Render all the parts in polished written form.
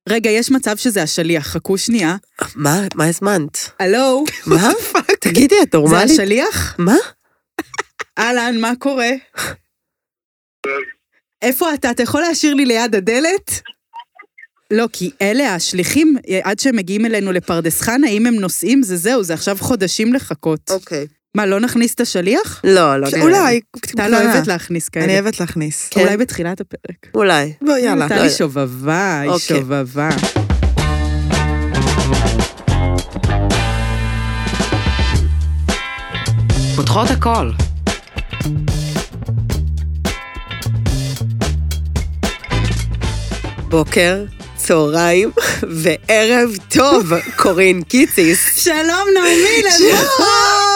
רגע, יש מצב שזה השליח, חכו שנייה. מה הזמנת? הלו? מה? תגידי, את נורמלית? זה השליח? מה? אהלן, מה קורה? איפה אתה? אתה יכול להשאיר לי ליד הדלת? לא, כי אלה השליחים, עד שהם מגיעים אלינו לפרדס חנה, אם הם נוסעים, זהו, זה עכשיו חודשים לחכות. אוקיי. מה, לא נכניס את השליח? לא. אולי. אתה לא אוהבת להכניס כאלה. אני אוהבת להכניס. אולי בתחילת הפרק. אולי. בוא, יאללה. אתה לי שובבה, היא שובבה. פותחות הכל. בוקר, צהריים וערב טוב, קורין קיציס. שלום נעמי, לבוא!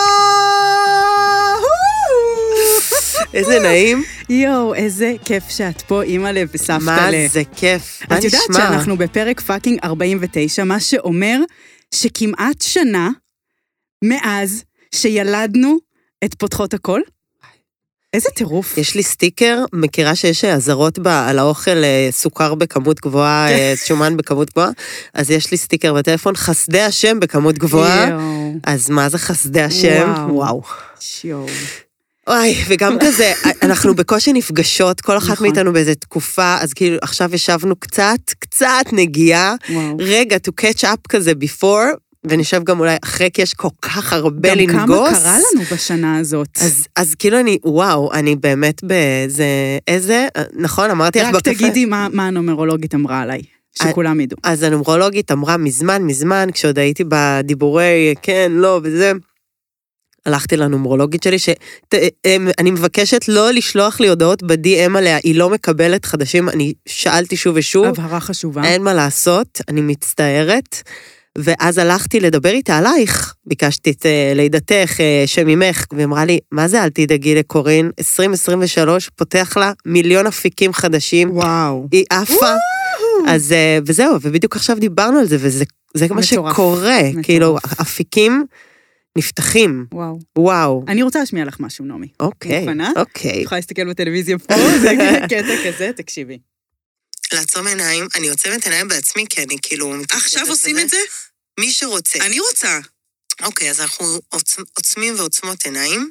איזה נעים. יואו, איזה כיף שאת פה, אימא לב וסבתא מה ל... זה כיף. את יודעת שאנחנו בפרק פאקינג 49, מה שאומר שכמעט שנה מאז שילדנו את פותחות הכל. איזה טירוף. יש לי סטיקר, מכירה שיש עזרות על האוכל סוכר בכמות גבוהה, שומן בכמות גבוהה, אז יש לי סטיקר בטלפון, חסדי השם בכמות גבוהה, אז מה זה חסדי השם? וואו. אוי, וגם כזה, אנחנו בקושי נפגשות, כל אחת מאיתנו באיזו תקופה, אז כאילו עכשיו ישבנו קצת נגיעה, רגע, to catch up כזה before, ונשב גם אולי אחרי, כי יש כל כך הרבה לנגוס. גם כמה קרה לנו בשנה הזאת. אז כאילו אני באמת איזה, נכון, אמרתי לך בקפה. רק תגידי מה הנומרולוגית אמרה עליי, שכולם ידעו. אז הנומרולוגית אמרה מזמן, כשעוד הייתי בדיבורי, כן, לא, וזה, הלכתי לנומרולוגית שלי, שאני מבקשת לא לשלוח לי הודעות ב-DM עליה, היא לא מקבלת חדשים, אני שאלתי שוב ושוב. הבהרה חשובה. אין מה לעשות, אני מצטערת, ואז הלכתי לדבר איתה עלייך, ביקשתי את לידתך, שממך, ואמרה לי, מה זה אל תדאגי לקורין, 2023 פותח לה מיליון אפיקים חדשים. וואו. היא עפה. אז, וזהו, ובדיוק עכשיו דיברנו על זה, וזה מה שקורה, כאילו, אפיקים נפתחים. וואו. אני רוצה להשמיע לך משהו, נעמי. אוקיי. אני יכולה להסתכל בטלוויזיה פה, זה קטע כזה, תקשיבי. לעצום עיניים, אני עוצמת עיניים בעצמי, כי אני כאילו... עכשיו עושים את זה? מי שרוצה. אני רוצה. אוקיי, אז אנחנו עוצמים ועוצמות עיניים,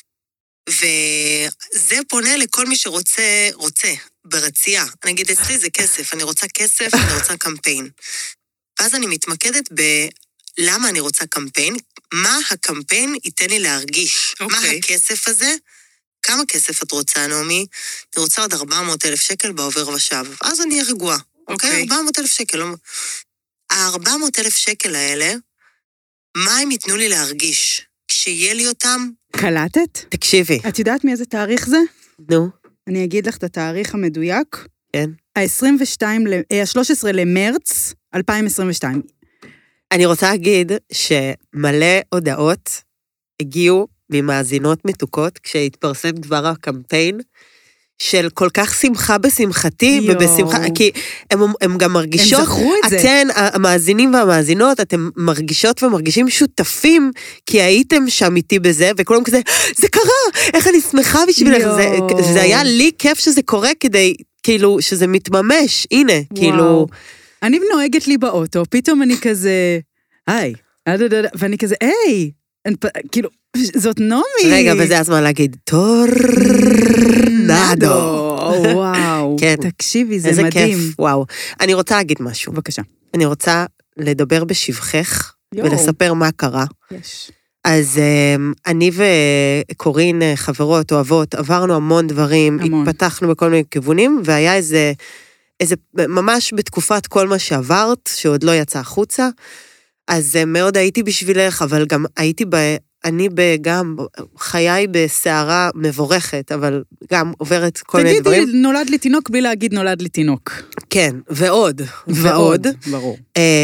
וזה פונה לכל מי שרוצה, ברצייה. אני אגיד, אצלי זה כסף, אני רוצה כסף, אני רוצה קמפיין. ואז אני מתמקדת למה אני רוצה קמפיין, מה הקמפיין ייתן לי להרגיש, מה הכסף הזה, כמה כסף את רוצה, נעמי? אני רוצה עוד 400,000 שקל בעובר ושב. אז אני אהיה רגועה. אוקיי? 400,000 שקל. ה-400,000 שקל האלה, מה הם ייתנו לי להרגיש? כשיהיה לי אותם? קלטת? תקשיבי. את יודעת מאיזה תאריך זה? נו. אני אגיד לך את התאריך המדויק. כן. ה-13 למרץ 2022. אני רוצה להגיד שמלא הודעות הגיעו ממאזינות מתוקות, כשהתפרסם דבר הקמפיין, של כל כך שמחה בשמחתי, ובשמחה, כי הם גם מרגישות, הם זכרו את זה. אתן, המאזינים והמאזינות, אתם מרגישות ומרגישים שותפים, כי הייתם שם איתי בזה, וכולם כזה, זה קרה, איך אני שמחה בשבילך, זה היה לי כיף שזה קורה, כדי, כאילו, שזה מתממש, הנה, כאילו. אני נוהגת לי באוטו, פתאום אני כזה, היי, ואני כזה, היי, כאילו, זאת נעמי. רגע, וזה הזמן להגיד, טורנדו. וואו, תקשיבי, זה מדהים. איזה כיף, וואו. אני רוצה להגיד משהו. בבקשה. אני רוצה לדבר בשבחך, ולספר מה קרה. יש. אז אני וקורין, חברות, אוהבות, עברנו המון דברים, התפתחנו בכל מיני כיוונים, והיה איזה, ממש בתקופת כל מה שעברת, שעוד לא יצא החוצה, אז מאוד הייתי בשבילך, אבל גם הייתי אני גם חיי בסערה מבורכת, אבל גם עוברת כל מיני דברים. תגידי, נולד לי תינוק בלי להגיד נולד לי תינוק. כן, ועוד. ברור.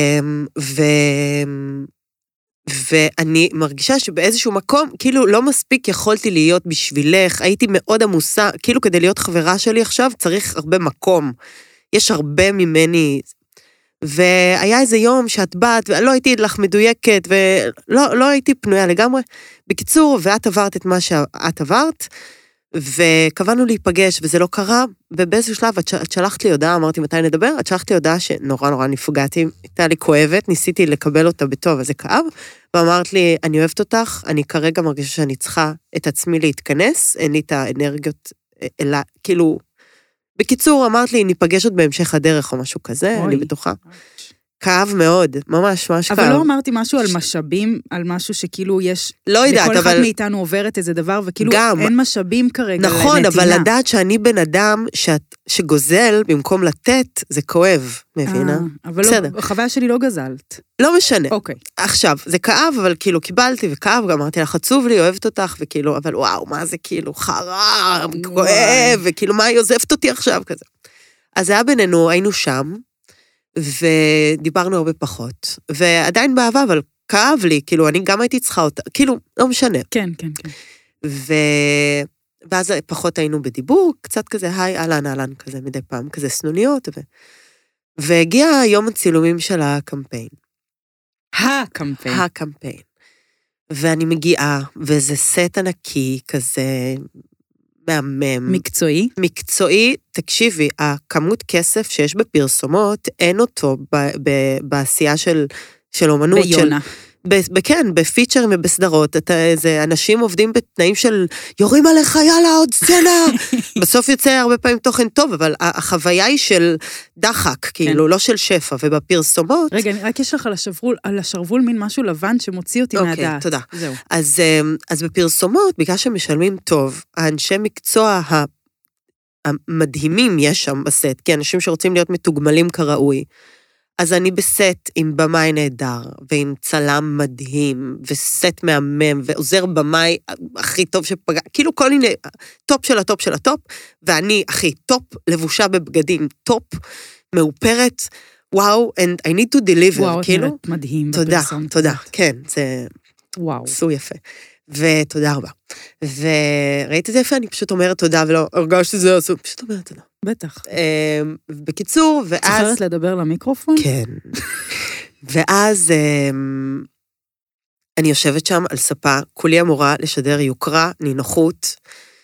ואני מרגישה שבאיזשהו מקום, כאילו לא מספיק יכולתי להיות בשבילך, הייתי מאוד עמוסה, כאילו כדי להיות חברה שלי עכשיו, צריך הרבה מקום. יש הרבה ממני, והיה איזה יום שאת באת, ולא הייתי לך מדויקת, ולא הייתי פנויה לגמרי. בקיצור, ואת עברת את מה שאת עברת, וקבענו להיפגש, וזה לא קרה, ובאיזשהו שלב, את שלחת לי הודעה, אמרתי מתי נדבר, את שלחת לי הודעה שנורא נורא נפגעתי, הייתה לי כואבת, ניסיתי לקבל אותה בטוב, אז זה כאב, ואמרת לי, אני אוהבת אותך, אני כרגע מרגישה שאני צריכה את עצמי להתכנס, אין לי את האנרגיות, אלא, כאילו, בקיצור, אמרת לי, ניפגש עוד בהמשך הדרך או משהו כזה, אני בטוחה. כאב מאוד, ממש כאב. אבל לא אמרתי משהו על משאבים, על משהו שכאילו יש... לא יודעת, אבל... לכל אחד מאיתנו עוברת איזה דבר, וכאילו אין משאבים כרגע לנתינה. נכון, אבל לדעת שאני בן אדם שגוזל במקום לתת, זה כואב, מבינה? אבל החוויה שלי לא גזלת. לא משנה. אוקיי. עכשיו, זה כאב, אבל כאילו קיבלתי וכאב, גם אמרתי לך, עצוב לי, אוהבת אותך, וכאילו, אבל וואו, מה זה כאילו חרם, כואב, וכאילו, מה היא עוזבת אותי עכשיו כזה. אז זה היה בינינו, היינו שם, ודיברנו הרבה פחות, ועדיין באהבה, אבל כאב לי, כאילו, אני גם הייתי צריכה אותה, כאילו, לא משנה. כן. ואז פחות היינו בדיבור, קצת כזה, היי, אהלן, כזה מדי פעם, כזה סנוניות, והגיע יום הצילומים של הקמפיין. הקמפיין. ואני מגיעה, וזה סט ענקי, כזה מהמם. מקצועי, תקשיבי, הכמות כסף שיש בפרסומות, אין אותו בעשייה של אומנות. ביונה. כן, בפיצ'רים ובסדרות, אנשים עובדים בתנאים של, יורים עליך, יאללה, עוד סצנה. בסוף יוצא הרבה פעמים תוכן טוב, אבל החוויה היא של דחק, כאילו, לא של שפע, ובפרסומות... רגע, רק יש לך על השרוול מין משהו לבן שמוציא אותי מהדעת. אוקיי, תודה. זהו. אז בפרסומות, בגלל שמשלמים טוב, האנשי מקצוע המדהימים יש שם בסט, כי אנשים שרוצים להיות מתוגמלים כראוי, אז אני בסט עם במאי נהדר, ועם צלם מדהים, וסט מהמם, ועוזר במאי הכי טוב שפגע, כאילו כל מיני, טופ של הטופ של הטופ, ואני הכי טופ, לבושה בבגדים, טופ, מאופרת, וואו, and I need to deliver, וואו, כאילו. וואו, מדהים. תודה, כן, זה... וואו. עשו יפה. ותודה רבה. וראית את זה יפה, אני פשוט אומרת תודה, ולא הרגשתי שזה עשו, פשוט אומרת תודה. בטח. בקיצור, ואז... צריכת לדבר למיקרופון? כן. ואז אני יושבת שם על ספה, כולי אמורה לשדר יוקרה, נינוחות,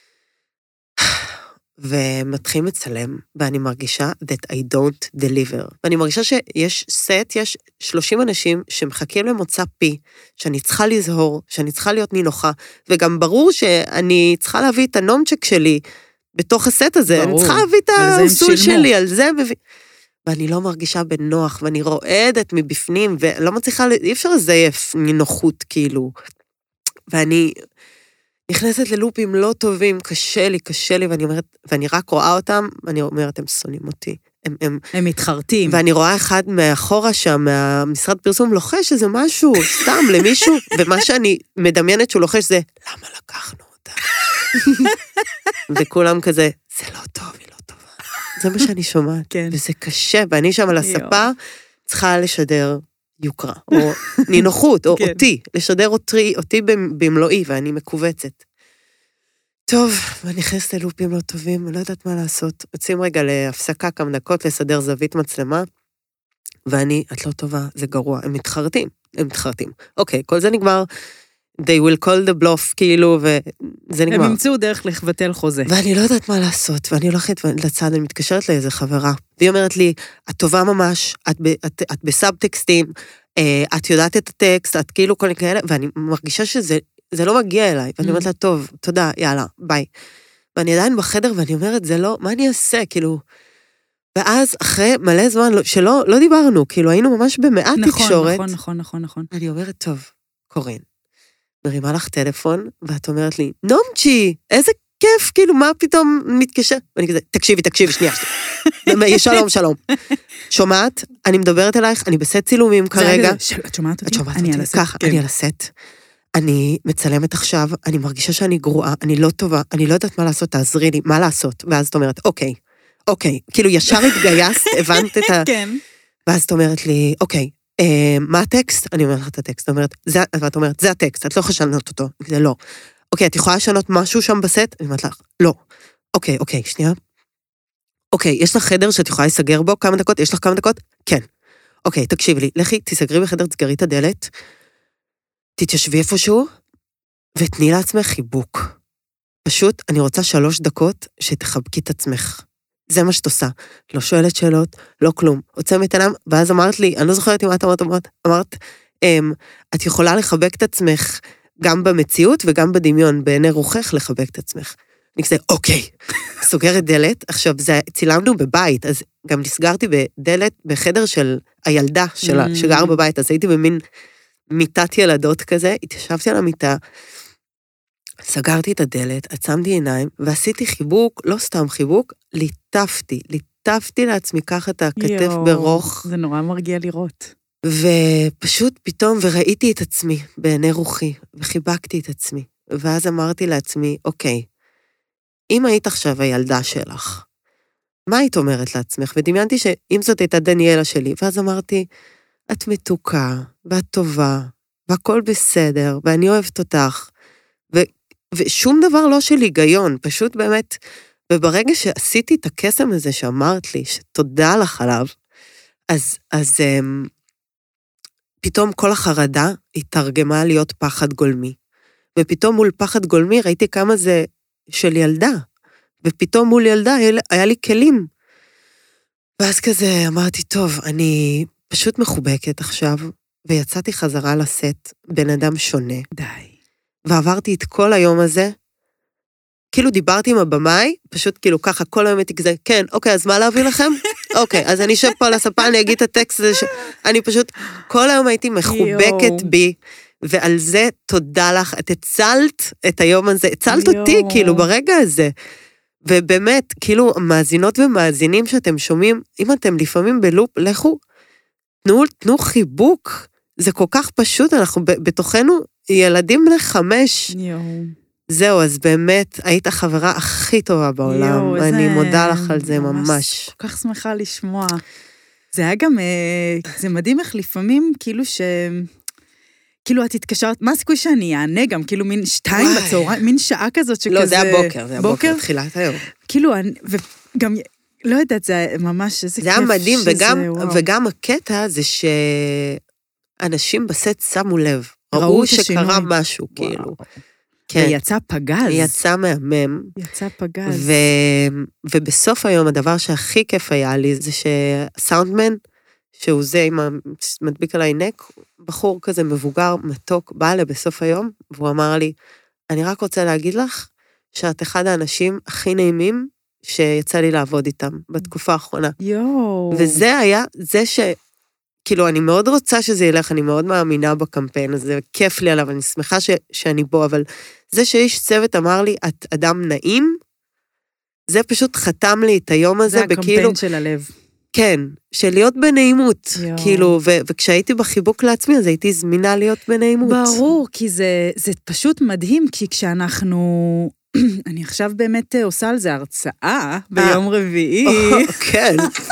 ומתחילים לצלם, ואני מרגישה that I don't deliver. ואני מרגישה שיש סט, יש 30 אנשים שמחכים למוצא פי, שאני צריכה לזהור, שאני צריכה להיות נינוחה, וגם ברור שאני צריכה להביא את הנומצ'ק שלי בתוך הסט הזה, ברור. אני צריכה להביא את הסול שלי, על זה מביא... ואני לא מרגישה בנוח, ואני רועדת מבפנים, ולא מצליחה, אי אפשר לזייף נינוחות, כאילו. ואני... נכנסת ללופים לא טובים, קשה לי, ואני רק רואה אותם, ואני אומרת, הם שונאים אותי. הם מתחרטים. ואני רואה אחד מאחורה שם, מהמשרד פרסום, לוחש איזה משהו, סתם למישהו, ומה שאני מדמיינת שהוא לוחש זה, למה לקחנו אותה? וכולם כזה, זה לא טוב, היא לא טובה. זה מה שאני שומעת. כן. וזה קשה, ואני שם על הספה, צריכה לשדר יוקרה, או נינוחות, או אותי, לשדר אותי במלואי, ואני מקובצת. טוב, ואני נכנסת ללופים לא טובים, אני לא יודעת מה לעשות. יוצאים רגע להפסקה כמה דקות, לסדר זווית מצלמה, ואני, את לא טובה, זה גרוע, הם מתחרטים. אוקיי, כל זה נגמר, they will call the bluff, כאילו, וזה נגמר. הם ימצאו דרך לבטל חוזה. ואני לא יודעת מה לעשות, ואני הולכת לצד, אני מתקשרת לאיזה חברה, והיא אומרת לי, את טובה ממש, את בסאבטקסטים, את יודעת את הטקסט, את כאילו כל מיני כאלה, ואני מרגישה שזה לא מגיע אליי, ואני אומרת לה, טוב, תודה, יאללה, ביי. ואני עדיין בחדר, ואני אומרת, זה לא, מה אני אעשה, כאילו, ואז אחרי מלא זמן, שלא דיברנו, כאילו, היינו ממש במעט תקשורת. נכון. אני אומרת, טוב, קורין, מרימה לך טלפון, ואת אומרת לי, נומצ'י, איזה כיף, כאילו, מה פתאום מתקשר? ואני כזה, תקשיבי, שנייה. שלום. שומעת? אני מדברת אלייך, אני בסט צילומים כרגע. את שומעת אותי? אני על הסט. ככה, אני על הסט. אני מצלמת עכשיו, אני מרגישה שאני גרועה, אני לא טובה, אני לא יודעת מה לעשות, תעזרי לי, מה לעשות? ואז את אומרת, אוקיי, כאילו ישר התגייסת, הבנת את ה... כן. ואז את אומרת לי, אוקיי, מה הטקסט? אני אומרת לך את הטקסט, ואת אומרת, זה הטקסט, את לא יכולה לשנות אותו. זה לא. אוקיי, את יכולה לשנות משהו שם בסט? אני אומרת לך, לא. אוקיי, שנייה. אוקיי, יש לך חדר שאת יכולה לסגר בו כמה דקות? יש לך כמה דקות? כן. אוקיי, תקשיבי לי, לכי, תסגרי בחדר, תסגרי את הדלת, תתיישבי איפשהו, ותני לעצמך חיבוק. פשוט, אני רוצה 3 דקות שתחבקי את עצמך. זה מה שאת עושה. לא שואלת שאלות, לא כלום. עוצמת עיניים, ואז אמרת לי, אני לא זוכרת אם את אמרת, את יכולה לחבק את עצמך גם במציאות וגם בדמיון, בעיני רוחך לחבק את עצמך. אני כזה, אוקיי, סוגרת דלת, עכשיו צילמנו בבית, אז גם נסגרתי בדלת בחדר של הילדה שלה, שגר בבית, אז הייתי במין מיטת ילדות כזה, התיישבתי על המיטה, סגרתי את הדלת, עצמתי עיניים, ועשיתי חיבוק, לא סתם חיבוק, ליטפתי לעצמי ככה את הכתף ברוך. זה נורא מרגיע לראות. ופשוט פתאום, וראיתי את עצמי בעיני רוחי, וחיבקתי את עצמי, ואז אמרתי לעצמי, אוקיי, אם היית עכשיו הילדה שלך, מה היית אומרת לעצמך? ודמיינתי שאם זאת הייתה דניאלה שלי, ואז אמרתי, את מתוקה, ואת טובה, והכל בסדר, ואני אוהבת אותך, ושום דבר לא של היגיון, פשוט באמת, וברגע שעשיתי את הקסם הזה שאמרת לי, שתודה לך עליו, אז פתאום כל החרדה התרגמה להיות פחד גולמי, ופתאום מול פחד גולמי ראיתי כמה זה של ילדה, ופתאום מול ילדה היה לי כלים, ואז כזה אמרתי, טוב, אני פשוט מחובקת עכשיו, ויצאתי חזרה לסט, בן אדם שונה. די. ועברתי את כל היום הזה, כאילו דיברתי עם הבמאי, פשוט כאילו ככה, כל היום הייתי כזה, כן, אוקיי, אז מה להביא לכם? אוקיי, אז אני אשב פה על הספה, אני אגיד את הטקסט הזה, אני פשוט, כל היום הייתי מחובקת בי, ועל זה תודה לך, את הצלת את היום הזה, הצלת אותי, כאילו, ברגע הזה. ובאמת, כאילו, מאזינות ומאזינים שאתם שומעים, אם אתם לפעמים בלופ, לכו, תנו חיבוק, זה כל כך פשוט, אנחנו בתוכנו ילדים בני 5. זהו, אז באמת, היית החברה הכי טובה בעולם, אני מודה לך על זה ממש. כל כך שמחה לשמוע. זה היה גם, זה מדהים איך לפעמים, כאילו את התקשרת, מה הסיכוי שאני אענה גם, כאילו מין 2 בצהריים, מין שעה כזאת שכזה... לא, זה הבוקר, זה הבוקר, תחילת היום. כאילו, וגם, לא יודעת, זה ממש, איזה כיף שזה... זה היה מדהים, וגם הקטע זה שאנשים בסט שמו לב, ראו שקרה משהו, כאילו. ויצא פגז. יצא מהמם. יצא פגז. ובסוף היום, הדבר שהכי כיף היה לי, זה שהסאונדמן, שהוא זה עם המדביק על העינק, בחור כזה מבוגר, מתוק, בא לה בסוף היום, והוא אמר לי, אני רק רוצה להגיד לך, שאת אחד האנשים הכי נעימים, שיצא לי לעבוד איתם, בתקופה האחרונה. וזה היה, זה כאילו, אני מאוד רוצה שזה ילך, אני מאוד מאמינה בקמפיין הזה, כיף לי עליו, אני שמחה שאני בו, אבל זה שאיש צוות אמר לי, את אדם נעים, זה פשוט חתם לי את היום הזה, זה הקמפיין של הלב. כן, של להיות בנעימות, כאילו, וכשהייתי בחיבוק לעצמי, אז הייתי זמינה להיות בנעימות. ברור, כי זה פשוט מדהים, כי כשאנחנו, אני עכשיו באמת עושה על זה הרצאה, ביום רביעי. כן.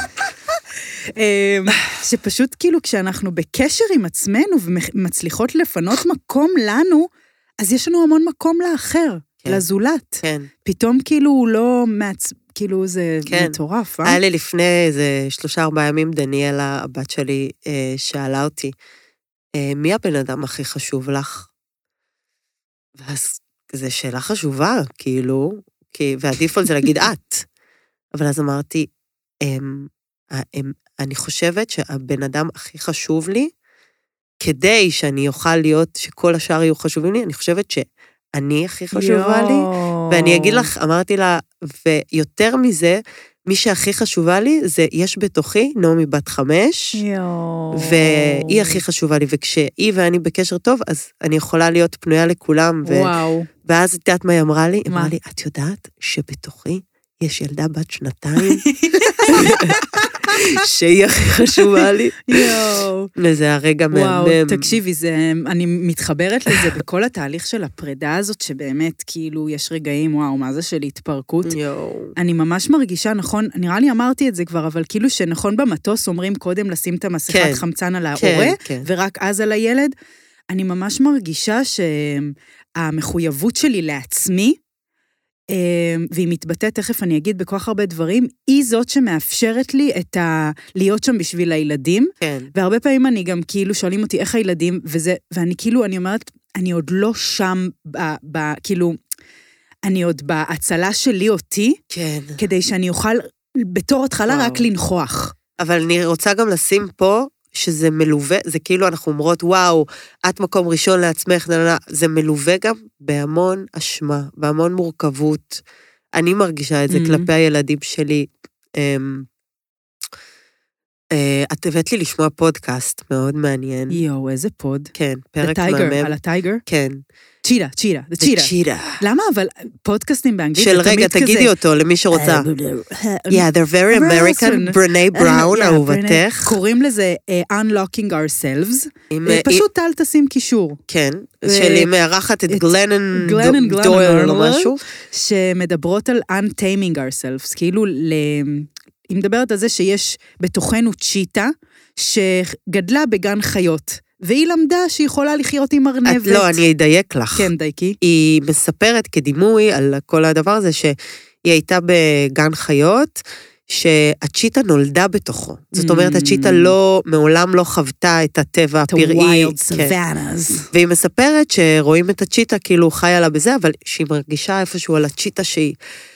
שפשוט כאילו כשאנחנו בקשר עם עצמנו ומצליחות לפנות מקום לנו, אז יש לנו המון מקום לאחר, לזולת. כן. פתאום כאילו הוא לא כאילו זה מטורף, היה לי לפני איזה 3-4 ימים, דניאלה, הבת שלי, שאלה אותי, מי הבן אדם הכי חשוב לך? ואז זו שאלה חשובה, כאילו, והדיפולט זה להגיד את. אבל אז אמרתי, אני חושבת שהבן אדם הכי חשוב לי, כדי שאני אוכל להיות, שכל השאר יהיו חשובים לי, אני חושבת שאני הכי חשובה לי, ואני אגיד לך, אמרתי לה, ויותר מזה, מי שהכי חשובה לי, זה יש בתוכי, נעמי בת 5, והיא הכי חשובה לי, וכשהיא ואני בקשר טוב, אז אני יכולה להיות פנויה לכולם, ואז את יודעת מה היא אמרה לי? אמרה לי, את יודעת שבתוכי יש ילדה בת 2, שהיא הכי חשובה לי. וזה הרגע מהמם. וואו, תקשיבי, אני מתחברת לזה בכל התהליך של הפרידה הזאת, שבאמת כאילו יש רגעים, וואו, מה זה של התפרקות. אני ממש מרגישה, נכון, נראה לי אמרתי את זה כבר, אבל כאילו שנכון במטוס אומרים קודם לשים את המסכת חמצן על ההורה, ורק אז על הילד. אני ממש מרגישה שהמחויבות שלי לעצמי, והיא מתבטאת, תכף אני אגיד בכוח הרבה דברים, היא זאת שמאפשרת לי להיות שם בשביל הילדים, והרבה פעמים אני גם כאילו שואלים אותי איך הילדים, ואני כאילו, אני אומרת, אני עוד לא שם, כאילו, אני עוד בהצלה שלי אותי, כן. כדי שאני אוכל בתור התחלה רק לנחוח. אבל אני רוצה גם לשים פה, שזה מלווה, זה כאילו אנחנו אומרות, וואו, את מקום ראשון לעצמך, זה מלווה גם בהמון אשמה, בהמון מורכבות. אני מרגישה את זה כלפי הילדים שלי. את הבאת לי לשמוע פודקאסט מאוד מעניין. יואו, איזה פוד. כן, פרק מהמם. על הטייגר? כן. צ'יטה. למה אבל פודקאסטים באנגלית של רגע, תגידי אותו למי שרוצה. Yeah, they're very American, ברני בראון, אהובתך. קוראים לזה Unlocking Ourselves, פשוט טל תשים קישור. כן, שלי מארחת את גלנן דויל או משהו. שמדברות על Untaming Ourselves, כאילו היא מדברת על זה שיש בתוכנו צ'יטה, שגדלה בגן חיות. והיא למדה שהיא יכולה לחיות עם ארנבת. לא, אני אדייק לך. כן, דייקי. היא מספרת כדימוי על כל הדבר הזה, שהיא הייתה בגן חיות, שהצ'יטה נולדה בתוכו. זאת אומרת, הצ'יטה מעולם לא חוותה את הטבע הפראי. את ה-wild savannas. והיא מספרת שרואים את הצ'יטה כאילו חיה לה בזה, אבל שהיא מרגישה איפשהו על הצ'יטה שהיא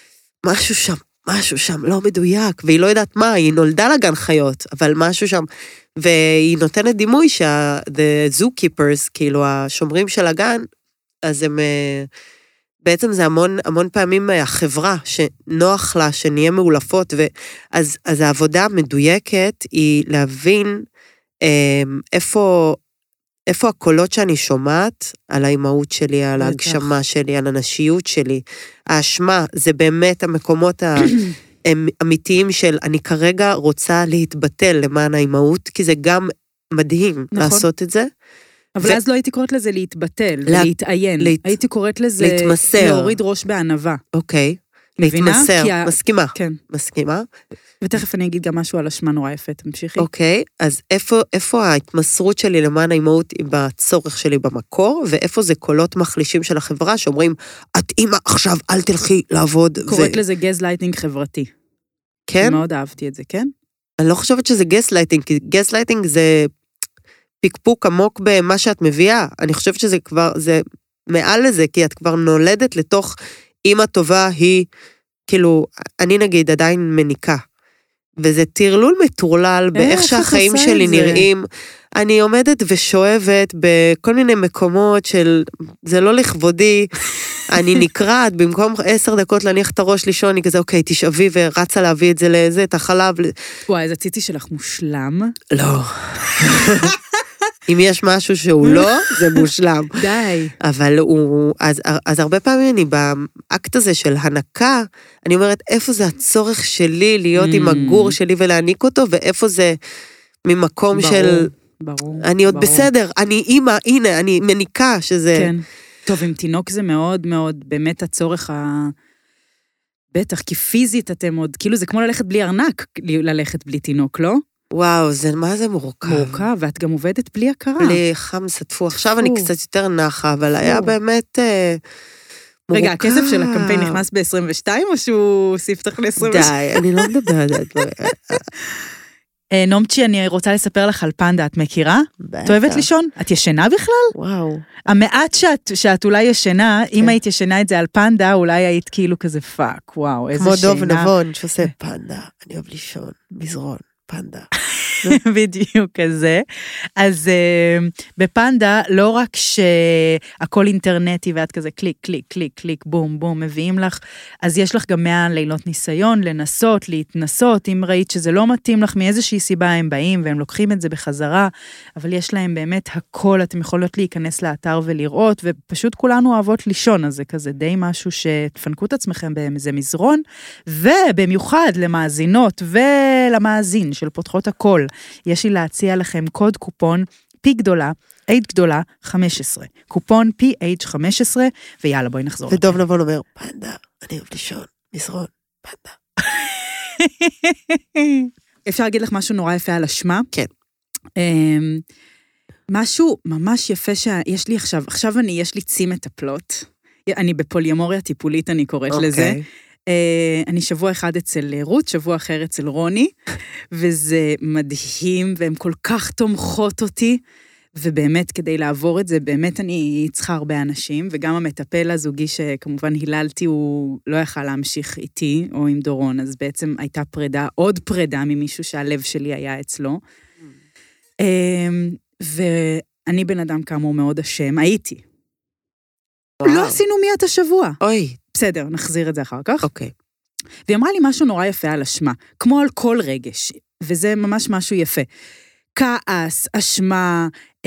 משהו שם לא מדויק, והיא לא יודעת מה, היא נולדה לגן חיות, אבל משהו שם, והיא נותנת דימוי the zookeepers, כאילו השומרים של הגן, אז הם, בעצם זה המון פעמים החברה, שנוח לה, שנהיה מאולפות, אז העבודה המדויקת היא להבין איפה הקולות שאני שומעת, על האימהות שלי, על ההגשמה שלי, על הנשיות שלי, האשמה, זה באמת המקומות האמיתיים של, אני כרגע רוצה להתבטל למען האימהות, כי זה גם מדהים לעשות את זה. אבל אז לא הייתי קוראת לזה להתבטל, להתעיין. הייתי קוראת לזה להתמסר. להוריד ראש בענווה. אוקיי. מבינה? להתמסר, מסכימה. כן. מסכימה. ותכף אני אגיד גם משהו על אשמה נורא יפה, תמשיכי. אוקיי, אז איפה ההתמסרות שלי למען האימהות היא בצורך שלי במקור, ואיפה זה קולות מחלישים של החברה שאומרים, את אימא עכשיו אל תלכי לעבוד. קוראת לזה גזלייטינג חברתי. כן? מאוד אהבתי את זה, כן? אני לא חושבת שזה גזלייטינג, כי גזלייטינג זה פיקפוק עמוק במה שאת מביאה. אני חושבת שזה כבר, זה מעל לזה, כי את כבר נולדת לתוך אימא טובה היא, כאילו, אני נגיד עדיין מניקה. וזה תרלול מטורלל באיך שהחיים שלי נראים. אני עומדת ושואבת בכל מיני מקומות של, זה לא לכבודי, אני נקראת, במקום 10 דקות להניח את הראש לישון, אני כזה, אוקיי, תשאבי ורצה להביא את זה לזה, את החלב. וואי, אז הציצי שלך מושלם. לא. אם יש משהו שהוא לא, זה מושלם. די. אבל אז הרבה פעמים אני באקט הזה של הנקה, אני אומרת, איפה זה הצורך שלי להיות עם הגור שלי ולהעניק אותו, ואיפה זה ממקום של... ברור. אני עוד בסדר, אני אימא, הנה, אני מניקה, שזה... כן. טוב, עם תינוק זה מאוד מאוד, באמת הצורך בטח, כי פיזית אתם עוד, כאילו זה כמו ללכת בלי ארנק, ללכת בלי תינוק, לא? וואו, מה זה מורכב? מורכב, ואת גם עובדת בלי הכרה. בלי חם סטפו. עכשיו אני קצת יותר נחה, אבל היה באמת מורכב. רגע, הכסף של הקמפיין נכנס ב-22, או שהוא ספתח ל-22? די, אני לא מדברת על דברים. נומצ'י, אני רוצה לספר לך על פנדה, את מכירה? את אוהבת לישון? את ישנה בכלל? וואו. המעט שאת אולי ישנה, אם היית ישנה את זה על פנדה, אולי היית כאילו כזה פאק, וואו, איזה שינה. כמו דוב נבון שעושה פנדה, אני אוהב לישון, מזרון, פנדה. בדיוק כזה. אז בפנדה, לא רק שהכל אינטרנטי, ואת כזה קליק, קליק, קליק, קליק, בום, בום, מביאים לך, אז יש לך גם 100 לילות ניסיון, לנסות, להתנסות, אם ראית שזה לא מתאים לך, מאיזושהי סיבה הם באים, והם לוקחים את זה בחזרה, אבל יש להם באמת הכל, אתם יכולות להיכנס לאתר ולראות, ופשוט כולנו אוהבות לישון, אז זה כזה די משהו שתפנקו את עצמכם באיזה מזרון, ובמיוחד למאזינות ולמאזין של פותחות הכל, יש לי להציע לכם קוד קופון P גדולה, H גדולה, 15. קופון PH15, ויאללה, בואי נחזור. ודוב נבון אומר, פנדה, אני אוהב לישון, מזרון, פנדה. אפשר להגיד לך משהו נורא יפה על אשמה? כן. משהו ממש יפה שיש לי עכשיו יש לי צי מטפלות, אני בפוליומוריה טיפולית, אני קוראת לזה. אני שבוע אחד אצל רות, שבוע אחר אצל רוני, וזה מדהים, והן כל כך תומכות אותי, ובאמת, כדי לעבור את זה, באמת אני צריכה הרבה אנשים, וגם המטפל הזוגי שכמובן היללתי, הוא לא יכל להמשיך איתי, או עם דורון, אז בעצם הייתה פרידה, עוד פרידה ממישהו שהלב שלי היה אצלו. ואני בן אדם כאמור מאוד אשם, הייתי. לא עשינו מיית השבוע. אוי. בסדר, נחזיר את זה אחר כך. אוקיי. והיא אמרה לי משהו נורא יפה על אשמה, כמו על כל רגש, וזה ממש משהו יפה. כעס, אשמה,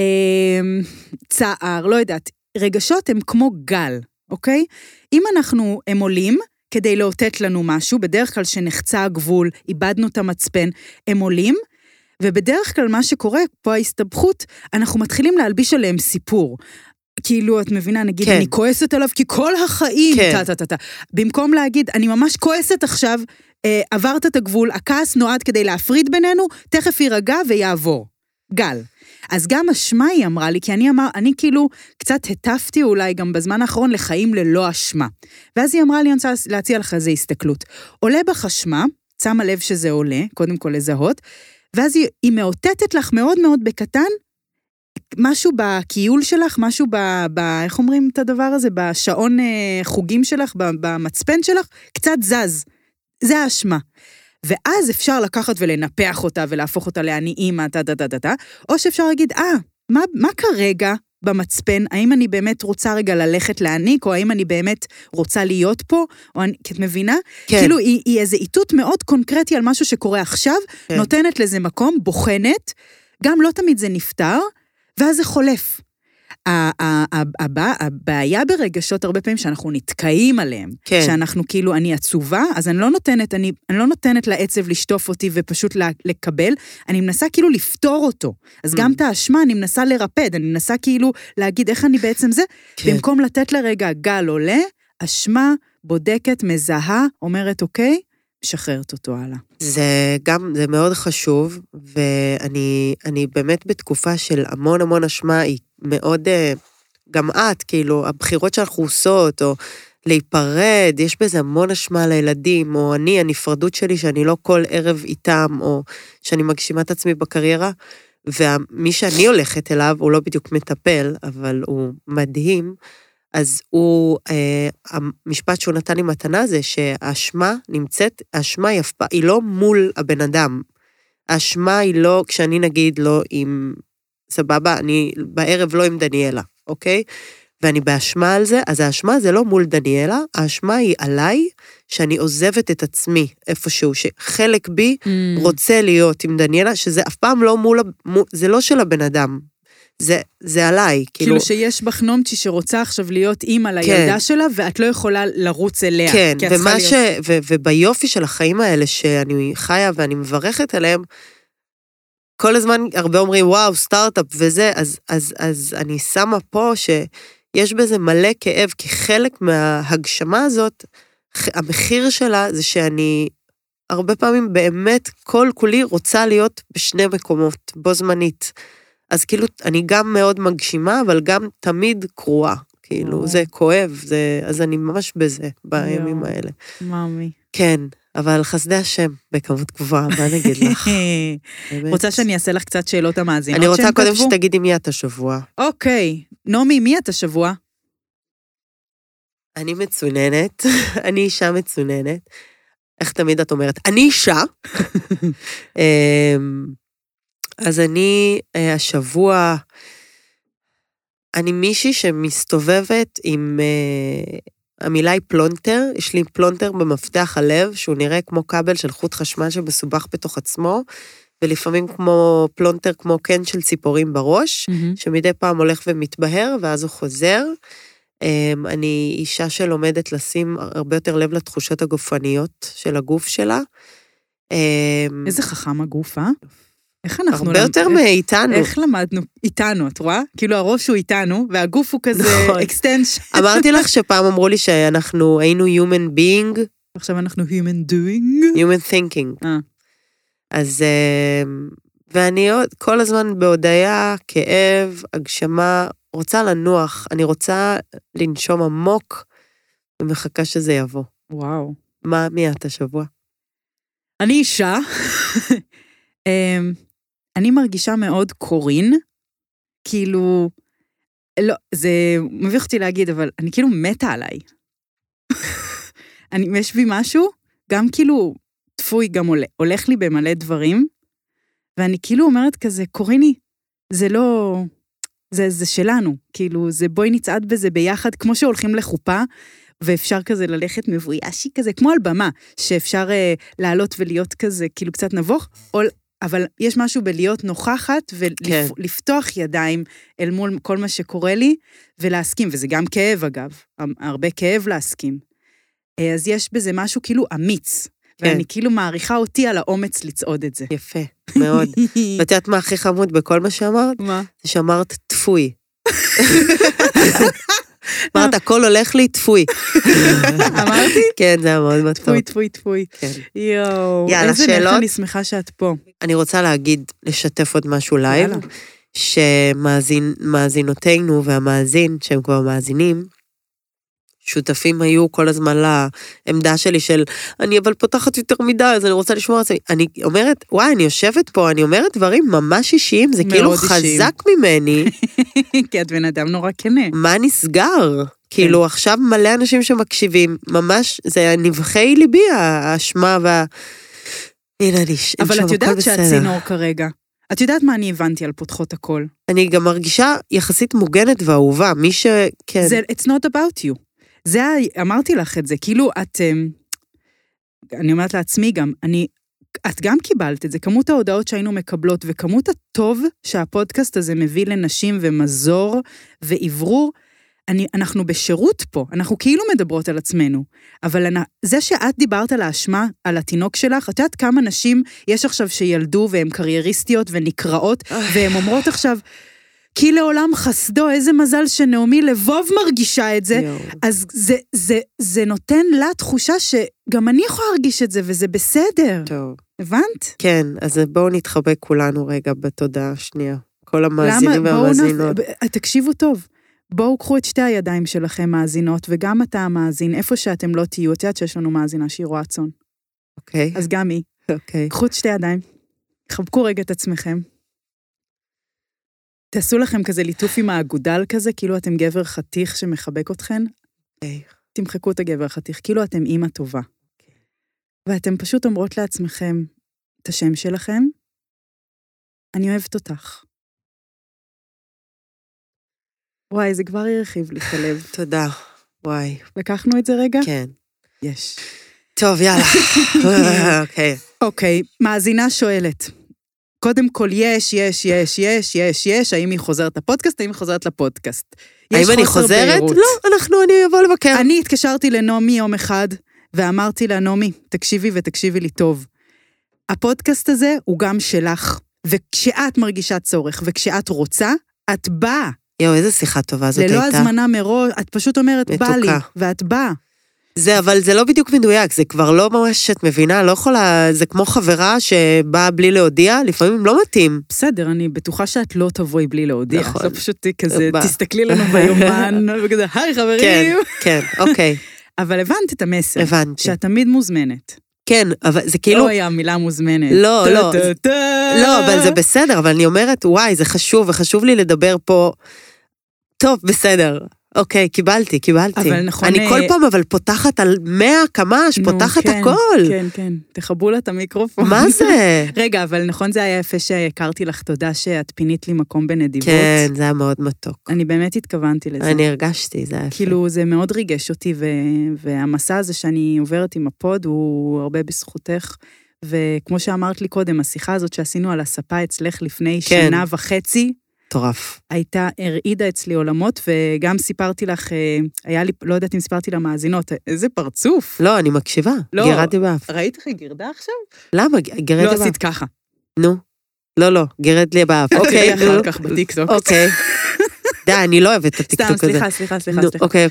צער, לא יודעת, רגשות הם כמו גל, אוקיי? אם הם עולים כדי לאותת לנו משהו, בדרך כלל שנחצה הגבול, איבדנו את המצפן, הם עולים, ובדרך כלל מה שקורה, פה ההסתבכות, אנחנו מתחילים להלביש עליהם סיפור. כאילו, את מבינה, נגיד, אני כועסת עליו, כי כל החיים, במקום להגיד, אני ממש כועסת עכשיו, עברת את הגבול, הכעס נועד כדי להפריד בינינו, תכף יירגע ויעבור. גל. אז גם אשמה היא אמרה לי, כי אני כאילו קצת הטפתי אולי גם בזמן האחרון לחיים ללא אשמה. ואז היא אמרה לי, אני רוצה להציע לך איזו הסתכלות. עולה בך אשמה, שמה לב שזה עולה, קודם כל לזהות, ואז היא מאותתת לך מאוד מאוד בקטן, משהו בקיול שלך, משהו איך אומרים את הדבר הזה, בשעון חוגים שלך, במצפן שלך, קצת זז. זה האשמה. ואז אפשר לקחת ולנפח אותה, ולהפוך אותה לעני אימא, או שאפשר להגיד, מה כרגע במצפן? האם אני באמת רוצה רגע ללכת להעניק, או האם אני באמת רוצה להיות פה? כי את מבינה? כן. כאילו, היא איזה איתות מאוד קונקרטי על משהו שקורה עכשיו, כן. נותנת לזה מקום, בוחנת, גם לא תמיד זה נפטר, ואז זה חולף. הבעיה ברגשות הרבה פעמים שאנחנו נתקעים עליהם, כן. שאנחנו כאילו, אני עצובה, אז אני לא נותנת לעצב לשטוף אותי ופשוט לקבל, אני מנסה כאילו לפתור אותו. אז גם את האשמה אני מנסה לרפד, אני מנסה כאילו להגיד איך אני בעצם זה, כן. במקום לתת לרגע גל עולה, אשמה, בודקת, מזהה, אומרת אוקיי, משחררת אותו הלאה. זה מאוד חשוב, ואני באמת בתקופה של המון המון אשמה, היא מאוד, גם את, כאילו, הבחירות שאנחנו עושות, או להיפרד, יש בזה המון אשמה לילדים, או הנפרדות שלי, שאני לא כל ערב איתם, או שאני מגשימה את עצמי בקריירה, ומי שאני הולכת אליו, הוא לא בדיוק מטפל, אבל הוא מדהים, אז המשפט שהוא נתן לי מתנה זה שהאשמה נמצאת, האשמה היא לא מול הבן אדם. האשמה היא לא, כשאני נגיד לא עם, סבבה, אני בערב לא עם דניאלה, אוקיי? ואני באשמה על זה, אז האשמה זה לא מול דניאלה, האשמה היא עליי, שאני עוזבת את עצמי איפשהו, שחלק בי רוצה להיות עם דניאלה, שזה אף פעם לא זה לא של הבן אדם. זה עליי, כאילו שיש בך נומצ'י שרוצה עכשיו להיות אימא לילדה שלה, ואת לא יכולה לרוץ אליה. כן, וביופי של החיים האלה שאני חיה ואני מברכת עליהם, כל הזמן הרבה אומרים, וואו, סטארט-אפ וזה, אז אני שמה פה שיש בזה מלא כאב, כי חלק מההגשמה הזאת, המחיר שלה זה שאני הרבה פעמים באמת כל כולי רוצה להיות בשני מקומות, בו זמנית. אז כאילו, אני גם מאוד מגשימה, אבל גם תמיד קרואה. כאילו, זה כואב, אז אני ממש בזה, בימים האלה. מאמי. כן, אבל חסדי השם, בכמות גבוהה, מה נגיד לך? רוצה שאני אעשה לך קצת שאלות המאזינות? אני רוצה קודם שתגידי מי את השבוע. אוקיי, נעמי, מי את השבוע? אני מצוננת, אני אישה מצוננת. איך תמיד את אומרת? אני אישה. אז אני השבוע, אני מישהי שמסתובבת עם, המילה היא פלונטר, יש לי פלונטר במפתח הלב, שהוא נראה כמו כבל של חוט חשמל שמסובך בתוך עצמו, ולפעמים כמו פלונטר, כמו קן של ציפורים בראש, שמדי פעם הולך ומתבהר, ואז הוא חוזר. אני אישה שלומדת לשים הרבה יותר לב לתחושות הגופניות של הגוף שלה. איזה חכם הגוף, אה? איך אנחנו... הרבה יותר מאיתנו. איך למדנו? איתנו, את רואה? כאילו הראש הוא איתנו, והגוף הוא כזה extension. אמרתי לך שפעם אמרו לי שאנחנו היינו human being. עכשיו אנחנו human doing. human thinking. אז, ואני כל הזמן בהודעה, כאב, הגשמה, רוצה לנוח, אני רוצה לנשום עמוק, ומחכה שזה יבוא. וואו. מי את השבוע? אני אישה. אני מרגישה מאוד קורין, כאילו, לא, זה מביך אותי להגיד, אבל אני כאילו מתה עליי. יש בי משהו, גם כאילו, תפוי, גם הולך לי במלא דברים, ואני כאילו אומרת כזה, קוריני, זה לא, זה שלנו, כאילו, זה בואי נצעד בזה ביחד, כמו שהולכים לחופה, ואפשר כזה ללכת מבוישי כזה, כמו על במה, שאפשר לעלות ולהיות כזה, כאילו קצת נבוך, אבל יש משהו בלהיות נוכחת, ולפתוח ידיים אל מול כל מה שקורה לי, ולהסכים, וזה גם כאב אגב, הרבה כאב להסכים. אז יש בזה משהו כאילו אמיץ, ואני כאילו מעריכה אותי על האומץ לצעוד את זה. יפה, מאוד. ואת יודעת מה הכי חמוד בכל מה שאמרת? מה? זה שאמרת תפוי. אמרת, הכל הולך לי תפוי. אמרתי? כן, זה היה מאוד מתוק. תפוי. יואו, איזה נלך, אני שמחה שאת פה. אני רוצה להגיד, לשתף עוד משהו לייב, שמאזינותינו והמאזין, שהם כבר מאזינים, שותפים היו כל הזמן לעמדה שלי של, אני אבל פותחת יותר מדי, אז אני רוצה לשמוע את זה. אני אומרת, וואי, אני יושבת פה, אני אומרת דברים ממש אישיים, זה כאילו חזק ממני. כי את בן אדם נורא כנה. מה נסגר? כאילו עכשיו מלא אנשים שמקשיבים, ממש, זה נבחי ליבי, האשמה וה... הנה, אבל את יודעת שאת צינור כרגע. את יודעת מה אני הבנתי על פותחות הכל? אני גם מרגישה יחסית מוגנת ואהובה, מי ש... כן. זה, it's not about you. זה, אמרתי לך את זה, כאילו את, אני אומרת לעצמי גם, את גם קיבלת את זה, כמות ההודעות שהיינו מקבלות, וכמות הטוב שהפודקאסט הזה מביא לנשים ומזור ועברור, אנחנו בשירות פה, אנחנו כאילו מדברות על עצמנו, אבל זה שאת דיברת על האשמה, על התינוק שלך, את יודעת כמה נשים יש עכשיו שילדו והן קרייריסטיות ונקראות, והן אומרות עכשיו, כי לעולם חסדו, איזה מזל שנעמי לבוב מרגישה את זה, אז זה נותן לה תחושה שגם אני יכולה להרגיש את זה, וזה בסדר. טוב. הבנת? כן, אז בואו נתחבק כולנו רגע בתודעה שנייה. כל המאזינים והמאזינות. תקשיבו טוב. בואו קחו את שתי הידיים שלכם מאזינות, וגם אתה המאזין, איפה שאתם לא תהיו, את יודעת שיש לנו מאזינה שהיא רואה צאן. אוקיי. אז גם היא. אוקיי. קחו את שתי ידיים, חבקו רגע את עצמכם. תעשו לכם כזה ליטוף עם האגודל כזה, כאילו אתם גבר חתיך שמחבק אתכן. תמחקו את הגבר חתיך, כאילו אתם אימא טובה. ואתם פשוט אומרות לעצמכם את השם שלכם, אני אוהבת אותך. וואי, זה כבר ירחיב לי את הלב. תודה, וואי. לקחנו את זה רגע? כן. יש. טוב, יאללה. אוקיי. אוקיי, מאזינה שואלת. קודם כל, יש, האם היא חוזרת לפודקאסט, האם היא חוזרת לפודקאסט. האם אני חוזרת? לא, אני אבוא לבקר. אני התקשרתי לנעמי יום אחד, ואמרתי לה, נעמי, תקשיבי ותקשיבי לי טוב. הפודקאסט הזה הוא גם שלך, וכשאת מרגישה צורך, וכשאת רוצה, את באה. יו, איזה שיחה טובה זאת הייתה. ללא הזמנה מראש, את פשוט אומרת, בא לי, ואת באה. אבל זה לא בדיוק מדויק, זה כבר לא ממש, את מבינה, לא יכולה, זה כמו חברה שבאה בלי להודיע, לפעמים לא מתאים. בסדר, אני בטוחה שאת לא תבואי בלי להודיע. נכון. לא פשוט כזה, תסתכלי לנו ביומן, וכזה, היי חברים. כן, אוקיי. אבל הבנת את המסר. הבנתי. שאת תמיד מוזמנת. כן, אבל זה כאילו... לא היה מילה מוזמנת. לא, אבל זה בסדר, אבל אני אומרת, וואי, זה חשוב, וחשוב לי לדבר פה. טוב, בסדר. אוקיי, קיבלתי. אבל נכון... אני כל פעם אבל פותחת על 100 קמ"ש, פותחת הכל. כן. תחברו לה את המיקרופון. מה זה? רגע, אבל נכון זה היה יפה שהכרתי לך תודה שאת פינית לי מקום בנדיבות. כן, זה היה מאוד מתוק. אני באמת התכוונתי לזה. אני הרגשתי, זה היה יפה. כאילו, זה מאוד ריגש אותי, והמסע הזה שאני עוברת עם הפוד הוא הרבה בזכותך, וכמו שאמרת לי קודם, השיחה הזאת שעשינו על הספה אצלך לפני שנה וחצי, מטורף. הרעידה אצלי עולמות, וגם סיפרתי לך, היה לי, לא יודעת אם סיפרתי למאזינות, איזה פרצוף. לא, אני מקשיבה, גירדתי באף. ראית איך היא גירדה עכשיו? למה? גירדתי באף. לא עשית ככה. נו, לא, גירד לי באף. אוקיי, אחר כך בטיקטוק. אוקיי. די, אני לא אוהבת את הטיקטוק הזה. סליחה. אוקיי.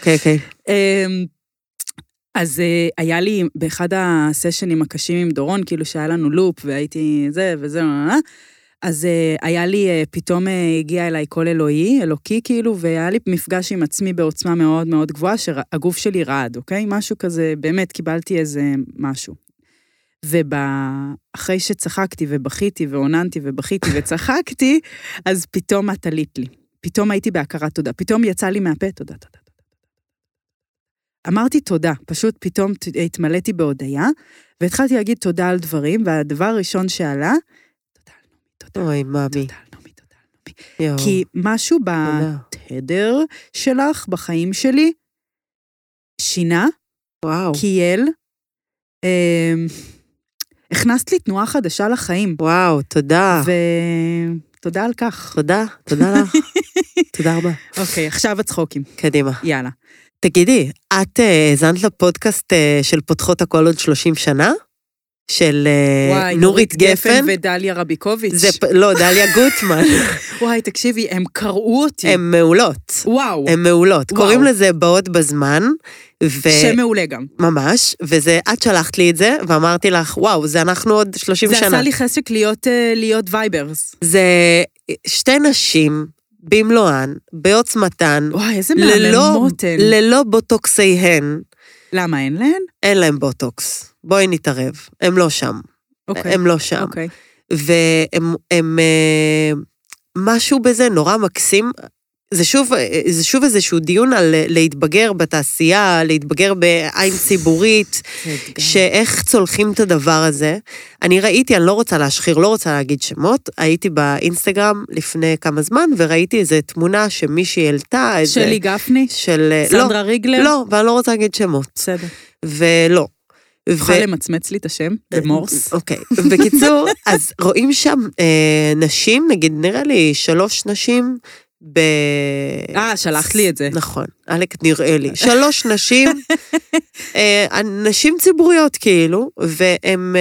אז היה לי באחד הסשנים הקשים עם דורון, כאילו שהיה לנו לופ, והייתי זה וזה, אז היה לי, פתאום הגיע אליי קול אלוקי כאילו, והיה לי מפגש עם עצמי בעוצמה מאוד מאוד גבוהה, שהגוף שלי רעד, אוקיי? משהו כזה, באמת קיבלתי איזה משהו. ואחרי שצחקתי ובכיתי ועוננתי ובכיתי וצחקתי, אז פתאום את עלית לי. פתאום הייתי בהכרת תודה, פתאום יצא לי מהפה, תודה, תודה. אמרתי תודה, פשוט פתאום התמלאתי בהודעה, והתחלתי להגיד תודה על דברים, והדבר הראשון שעלה, תודה על נעמי, תודה. אוי, מאמי. תודה על נעמי, תודה על נעמי. כי משהו בתדר שלך, בחיים שלי, שינה, קייל, הכנסת לי תנועה חדשה לחיים. וואו, תודה. ותודה על כך. תודה, תודה לך. תודה רבה. אוקיי, עכשיו הצחוקים. קדימה. יאללה. תגידי, את האזנת לפודקאסט של פותחות הכל עוד 30 שנה? של נורית גפן ודליה רביקוביץ'. לא, דליה גוטמן. וואי, תקשיבי, הם קראו אותי. הם מעולות. וואו. הם מעולות. קוראים לזה באות בזמן. שמעולה גם. ממש, וזה, את שלחת לי את זה, ואמרתי לך, וואו, זה אנחנו עוד 30 שנה. זה עשה לי חשק להיות וייברס. זה שתי נשים במלואן, בעוצמתן. וואי, איזה מהממות הן. ללא בוטוקסיהן. למה, אין להן? אין להם בוטוקס. בואי נתערב. הם לא שם. הם לא שם. והם משהו בזה נורא מקסים. זה שוב איזשהו דיון על להתבגר בתעשייה, להתבגר בעין ציבורית, שאיך צולחים את הדבר הזה. אני ראיתי, אני לא רוצה להשחיר, לא רוצה להגיד שמות, הייתי באינסטגרם לפני כמה זמן, וראיתי איזו תמונה שמישהי העלתה. שלי גפני? סנדרה ריגלר? לא, ואני לא רוצה להגיד שמות. בסדר. ולא. תוכל למצמץ לי את השם, במורס. אוקיי, בקיצור, אז רואים שם נשים, נגיד נראה לי 3 נשים, שלחת לי את זה. נכון, אלק נראה לי. 3 נשים, נשים ציבוריות כאילו, והם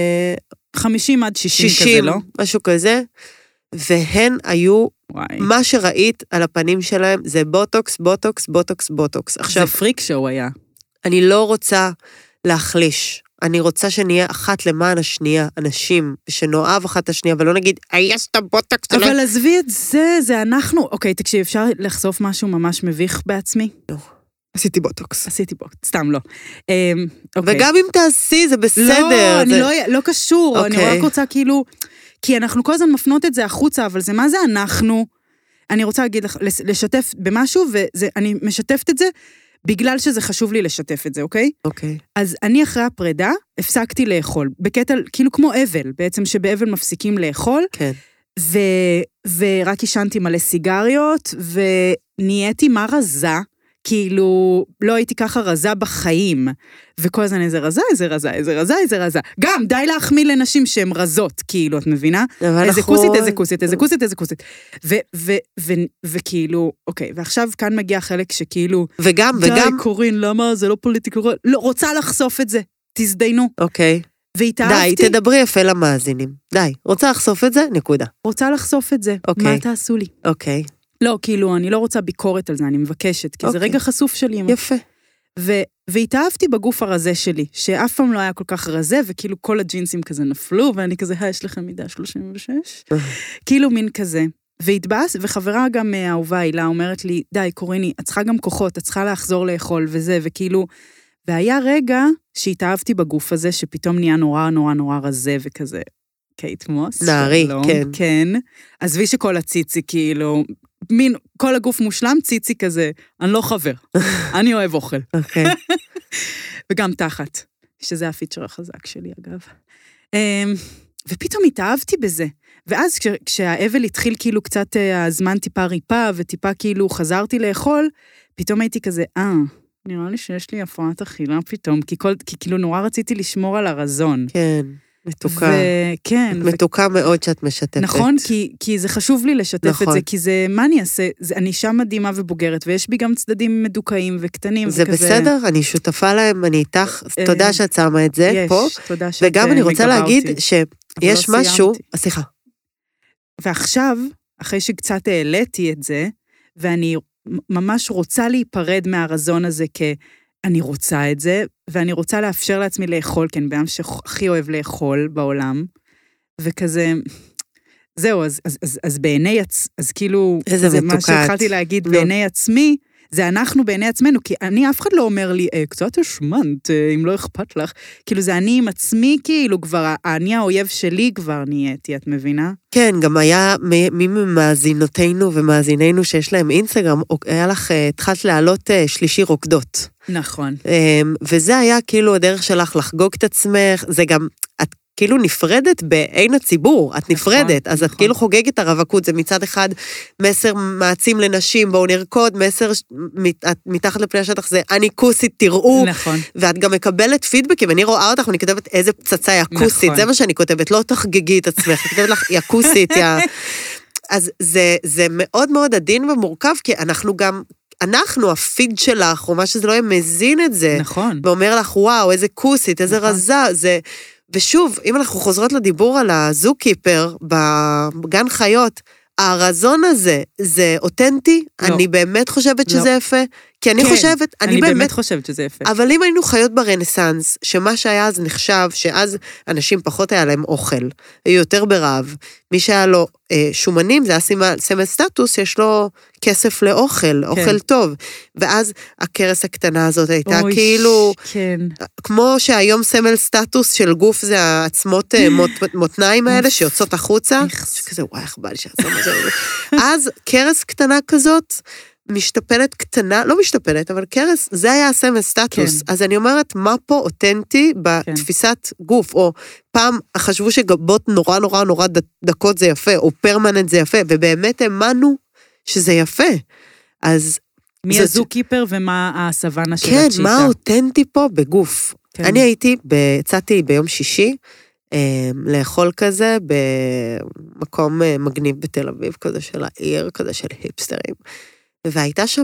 50 עד 60 כזה, לא? משהו כזה, והן היו, מה שראית על הפנים שלהם, זה בוטוקס, בוטוקס, בוטוקס, בוטוקס. זה פריק שואו היה. אני לא רוצה להחליש. אני רוצה שנהיה אחת למען השנייה, אנשים, שנאהב אחת השנייה, ולא נגיד, יש את הבוטוקס. אבל עזבי את זה, זה אנחנו. אוקיי, תקשיב, אפשר לחשוף משהו ממש מביך בעצמי? לא. עשיתי בוטוקס. סתם לא. וגם אם תעשי, זה בסדר. לא קשור, אני רק רוצה כאילו, כי אנחנו כל הזמן מפנות את זה החוצה, אבל זה מה זה אנחנו? אני רוצה להגיד לך, לשתף במשהו, ואני משתפת את זה, בגלל שזה חשוב לי לשתף את זה, אוקיי? אוקיי. אז אני אחרי הפרידה, הפסקתי לאכול, בקטע, כאילו כמו אבל, בעצם שבאבל מפסיקים לאכול, כן. ורק ישנתי מלא סיגריות, ונהייתי מה רזה, כאילו, לא הייתי ככה רזה בחיים, וכל הזמן איזה רזה, איזה רזה, איזה רזה, איזה רזה. גם, די להחמיא לנשים שהן רזות, כאילו, את מבינה? איזה כוסית, איזה כוסית, איזה כוסית, איזה כוסית. וכאילו, אוקיי, ועכשיו כאן מגיע החלק שכאילו, וגם, די, קורין, למה זה לא פוליטיקה? לא, רוצה לחשוף את זה, תזדיינו. אוקיי. והתאהבתי. די, תדברי יפה למאזינים. די, רוצה לחשוף את זה? נקודה. רוצה לחשוף את זה. מה תעשו לי? אוקיי. לא, כאילו, אני לא רוצה ביקורת על זה, אני מבקשת, כי זה רגע חשוף שלי. יפה. והתאהבתי בגוף הרזה שלי, שאף פעם לא היה כל כך רזה, וכאילו כל הג'ינסים כזה נפלו, ואני כזה, יש לכם מידה 36? כאילו מין כזה. והתבאס, וחברה גם האהובה הילה אומרת לי, די, קוריני, את צריכה גם כוחות, את צריכה לחזור לאכול וזה, וכאילו, והיה רגע שהתאהבתי בגוף הזה, שפתאום נהיה נורא נורא נורא רזה וכזה. קייט מוס. נערי, כן. כן. עזבי שכל הציצי, כאילו, מין, כל הגוף מושלם, ציצי כזה, אני לא חבר, אני אוהב אוכל. אוקיי. וגם תחת, שזה הפיצ'ר החזק שלי, אגב. ופתאום התאהבתי בזה. ואז כשהאבל התחיל כאילו קצת הזמן טיפה ריפה, וטיפה כאילו חזרתי לאכול, פתאום הייתי כזה, נראה לי שיש לי הפרעת אכילה פתאום, כי כאילו נורא רציתי לשמור על הרזון. כן. מתוקה. כן. מתוקה מאוד שאת משתפת. נכון, כי זה חשוב לי לשתף את זה, כי זה, מה אני אעשה? אני אישה מדהימה ובוגרת, ויש בי גם צדדים מדוכאים וקטנים. זה בסדר, אני שותפה להם, אני איתך, תודה שאת שמה את זה פה. תודה שאת מגבה אותי. וגם אני רוצה להגיד שיש משהו, סליחה. ועכשיו, אחרי שקצת העליתי את זה, ואני ממש רוצה להיפרד מהרזון הזה אני רוצה את זה, ואני רוצה לאפשר לעצמי לאכול, כן, בעם שהכי אוהב לאכול בעולם, וכזה, זהו, אז בעיני, אז כאילו, איזה זה מתוקת. מה שהתחלתי להגיד, בעיני עצמי, זה אנחנו בעיני עצמנו, כי אף אחד לא אומר לי, קצת השמנת, אם לא אכפת לך. כאילו, זה אני עם עצמי, כאילו, כבר, אני האויב שלי כבר נהייתי, את מבינה? כן, גם היה מי ממאזינותינו ומאזיננו שיש להם אינסטגרם, היה לך, התחלת להעלות שלישי רוקדות. נכון. וזה היה כאילו הדרך שלך לחגוג את עצמך, זה גם, את כאילו נפרדת בעין הציבור, את נפרדת, אז את כאילו חוגגת הרווקות, זה מצד אחד מסר מעצים לנשים, בואו נרקוד, מסר מתחת לפני השטח, זה אני כוסית, תראו, ואת גם מקבלת פידבקים, ואני רואה אותך, ואני כותבת איזה פצצה יא כוסית, זה מה שאני כותבת, לא תחגגי את עצמך, אני כותבת לך יא כוסית, אז זה מאוד מאוד עדין ומורכב, כי אנחנו גם, הפיד שלך, או מה שזה לא יהיה מזין את זה, נכון. ואומר לך, וואו, איזה כוסית, איזה רזה, זה... ושוב, אם אנחנו חוזרות לדיבור על הזוקיפר בגן חיות, הרזון הזה, זה אותנטי? לא. אני באמת חושבת שזה יפה? כי אני חושבת, אני באמת חושבת שזה יפה. אבל אם היינו חיות ברנסנס, שמה שהיה אז נחשב, שאז אנשים פחות היה להם אוכל, היו יותר ברעב, מי שהיה לו שומנים, זה היה סמל סטטוס, יש לו כסף לאוכל, אוכל טוב, ואז הכרס הקטנה הזאת הייתה כאילו, כמו שהיום סמל סטטוס של גוף, זה העצמות מותניים האלה, שיוצאות החוצה, שכזה, וואי, איך בא לי שעצום הזה. אז כרס קטנה כזאת, משתפלת קטנה, לא משתפלת, אבל קרס, זה היה הסמל סטטוס. אז אני אומרת, מה פה אותנטי בתפיסת גוף, או פעם חשבו שגבות נורא נורא נורא דקות זה יפה, או פרמננט זה יפה, ובאמת האמנו שזה יפה. אז... מי הזוקיפר ומה הסוואנה של הצ'יטה. כן, מה האותנטי פה בגוף. אני יצאתי ביום שישי, לאכול כזה, במקום מגניב בתל אביב, כזה של העיר, כזה של היפסטרים. והייתה שם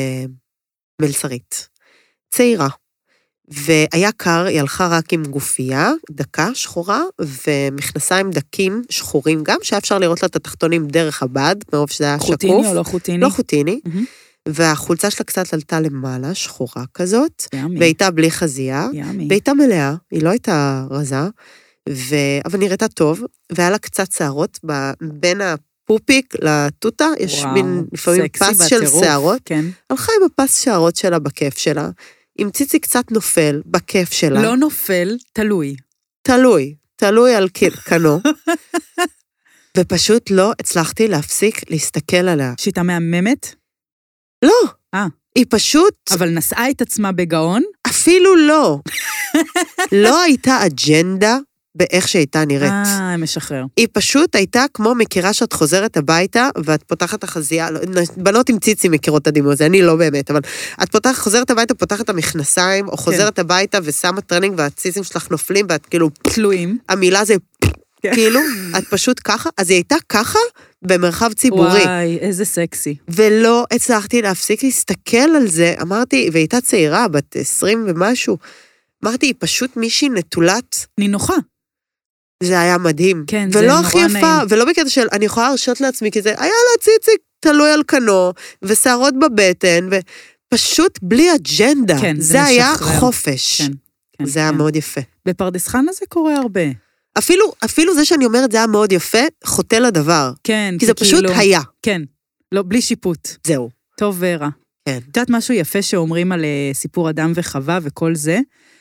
מלצרית, צעירה, והיה קר, היא הלכה רק עם גופייה, דקה שחורה, ומכנסיים דקים שחורים גם, שהיה אפשר לראות לה את התחתונים דרך הבד, מרוב שזה היה שקוף. חוטיני או לא חוטיני? לא חוטיני, והחולצה שלה קצת עלתה למעלה, שחורה כזאת, והייתה בלי חזייה, והייתה מלאה, היא לא הייתה רזה, אבל נראתה טוב, והיה לה קצת שערות בין פופיק לטוטה, יש מין לפעמים פס של שערות, הלכה עם הפס שערות שלה בכיף שלה, עם ציצי קצת נופל בכיף שלה. לא נופל, תלוי. תלוי על קנו, ופשוט לא הצלחתי להפסיק להסתכל עליה. שהייתה מהממת? לא. היא פשוט... אבל נסעה את עצמה בגאון? אפילו לא. לא הייתה אג'נדה, באיך שהייתה נראית. משחרר. היא פשוט הייתה כמו מכירה שאת חוזרת הביתה, ואת פותחת החזייה, בנות עם ציצי מכירות את הדימוי הזה, אני לא באמת, אבל את חוזרת הביתה, פותחת את המכנסיים, או חוזרת הביתה ושמה טרנינג, והציצים שלך נופלים, ואת כאילו... תלויים. המילה זה כאילו, את פשוט ככה, אז היא הייתה ככה במרחב ציבורי. וואי, איזה סקסי. ולא הצלחתי להפסיק להסתכל על זה, אמרתי, והיא הייתה צעירה, בת 20 ומשהו, אמרתי, היא פשוט מישהי נטולת... נינוחה. זה היה מדהים. כן, זה נורא נעים. ולא הכי יפה, ולא בקטע של, אני יכולה להרשות לעצמי, כי זה היה לה ציציק תלוי על קנו, ושערות בבטן, ופשוט בלי אג'נדה. כן, זה היה חופש. כן, זה היה מאוד יפה. בפרדס חנה זה קורה הרבה. אפילו זה שאני אומרת, זה היה מאוד יפה, חוטא לדבר. כן. כי זה פשוט היה. כן, לא, בלי שיפוט. זהו. טוב ורע. כן. את יודעת משהו יפה שאומרים על סיפור אדם וחווה וכל זה,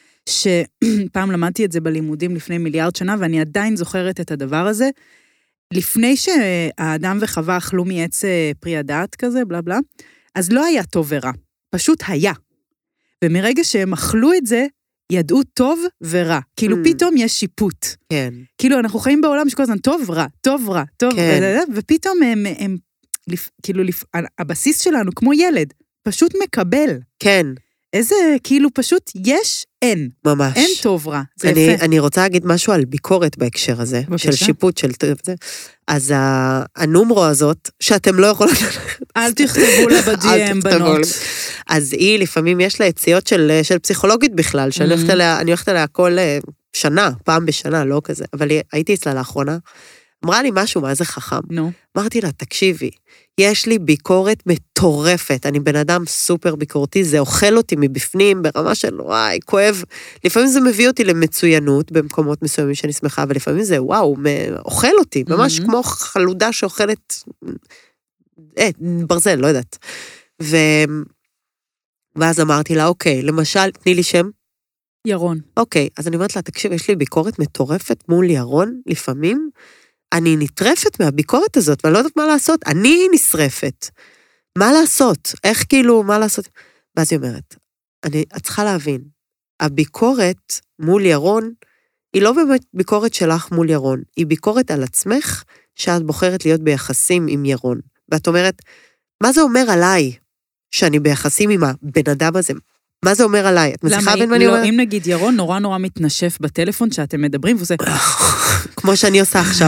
שפעם למדתי את זה בלימודים לפני מיליארד שנה, ואני עדיין זוכרת את הדבר הזה, לפני שהאדם וחווה אכלו מעץ פרי הדעת כזה, בלה בלה, אז לא היה טוב ורע, פשוט היה. ומרגע שהם אכלו את זה, ידעו טוב ורע. כאילו פתאום יש שיפוט. כן. כאילו אנחנו חיים בעולם שכל הזמן טוב רע, טוב רע, טוב רע, ופתאום הם כאילו, הבסיס שלנו כמו ילד, פשוט מקבל. כן. איזה, כאילו פשוט יש, אין. ממש. אין טוב רע, זה יפה. אני רוצה להגיד משהו על ביקורת בהקשר הזה, בבקשה. של שיפוט, של זה. אז הנומרו הזאת, שאתם לא יכולים... אל תכתבו לה ב-DM, בנות. אז היא, לפעמים יש לה יציאות של פסיכולוגית בכלל, שאני הולכת עליה כל שנה, פעם בשנה, לא כזה, אבל הייתי אצלה לאחרונה, אמרה לי משהו, מה זה חכם? אמרתי לה, תקשיבי, יש לי ביקורת מטורפת, אני בן אדם סופר ביקורתי, זה אוכל אותי מבפנים, ברמה של וואי, כואב, לפעמים זה מביא אותי למצוינות, במקומות מסוימים שאני שמחה, אבל לפעמים זה וואו, אוכל אותי, ממש כמו חלודה שאוכלת, ברזל, לא יודעת. ואז אמרתי לה, אוקיי, למשל, תני לי שם. ירון. אוקיי, אז אני אומרת לה, תקשיב, יש לי ביקורת מטורפת מול ירון, לפעמים, אני נטרפת מהביקורת הזאת, ואני לא יודעת מה לעשות, אני נשרפת. מה לעשות? איך כאילו, מה לעשות? ואז היא אומרת, את צריכה להבין, הביקורת מול ירון, היא לא באמת ביקורת שלך מול ירון, היא ביקורת על עצמך, שאת בוחרת להיות ביחסים עם ירון. ואת אומרת, מה זה אומר עליי, שאני ביחסים עם הבן אדם הזה? מה זה אומר עליי? את מצליחה להבין מה אני אומרת? לא, אם נגיד ירון נורא מתנשף בטלפון שאתם מדברים, וזה... כמו שאני עושה עכשיו.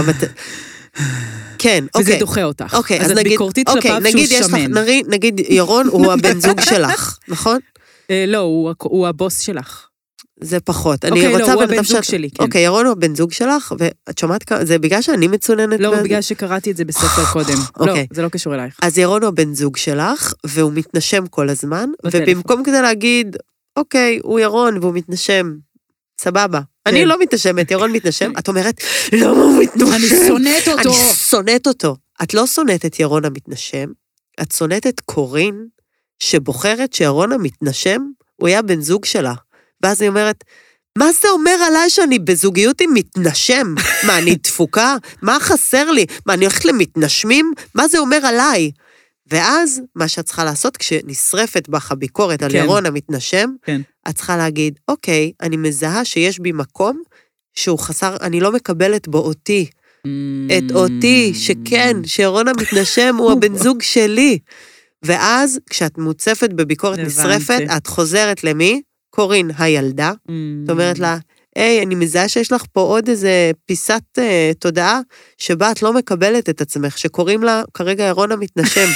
כן, אוקיי. וזה דוחה אותך. אוקיי, אז את ביקורתית כלפיו שהוא שמן. נגיד ירון הוא הבן זוג שלך, נכון? לא, הוא הבוס שלך. זה פחות. אוקיי, לא, הוא הבן זוג שלי, כן. אוקיי, ירון הוא הבן זוג שלך, ואת שומעת, זה בגלל שאני מצוננת? לא, בגלל שקראתי את זה בספר קודם. לא, זה לא קשור אלייך. אז ירון הוא הבן זוג שלך, והוא מתנשם כל הזמן, ובמקום כזה להגיד, אוקיי, הוא ירון והוא מתנשם, סבבה. אני לא מתנשמת, ירון מתנשם, את אומרת, למה הוא מתנשם? אני שונאת אותו. אני שונאת אותו. את לא שונאת את ירון המתנשם, את שונאת את קורין, שבוחרת שירון המתנשם, הוא היה בן זוג שלה. ואז היא אומרת, מה זה אומר עליי שאני בזוגיות עם מתנשם? מה, אני דפוקה? מה חסר לי? מה, אני הולכת למתנשמים? מה זה אומר עליי? ואז, מה שאת צריכה לעשות, כשנשרפת בך הביקורת על ירון המתנשם, את צריכה להגיד, אוקיי, אני מזהה שיש בי מקום שהוא חסר, אני לא מקבלת בו אותי. את אותי, שכן, שירון המתנשם הוא הבן זוג שלי. ואז, כשאת מוצפת בביקורת נשרפת, את חוזרת למי? קורין, הילדה. זאת אומרת לה, היי, אני מזהה שיש לך פה עוד איזה פיסת תודעה, שבה את לא מקבלת את עצמך, שקוראים לה כרגע ירון המתנשם.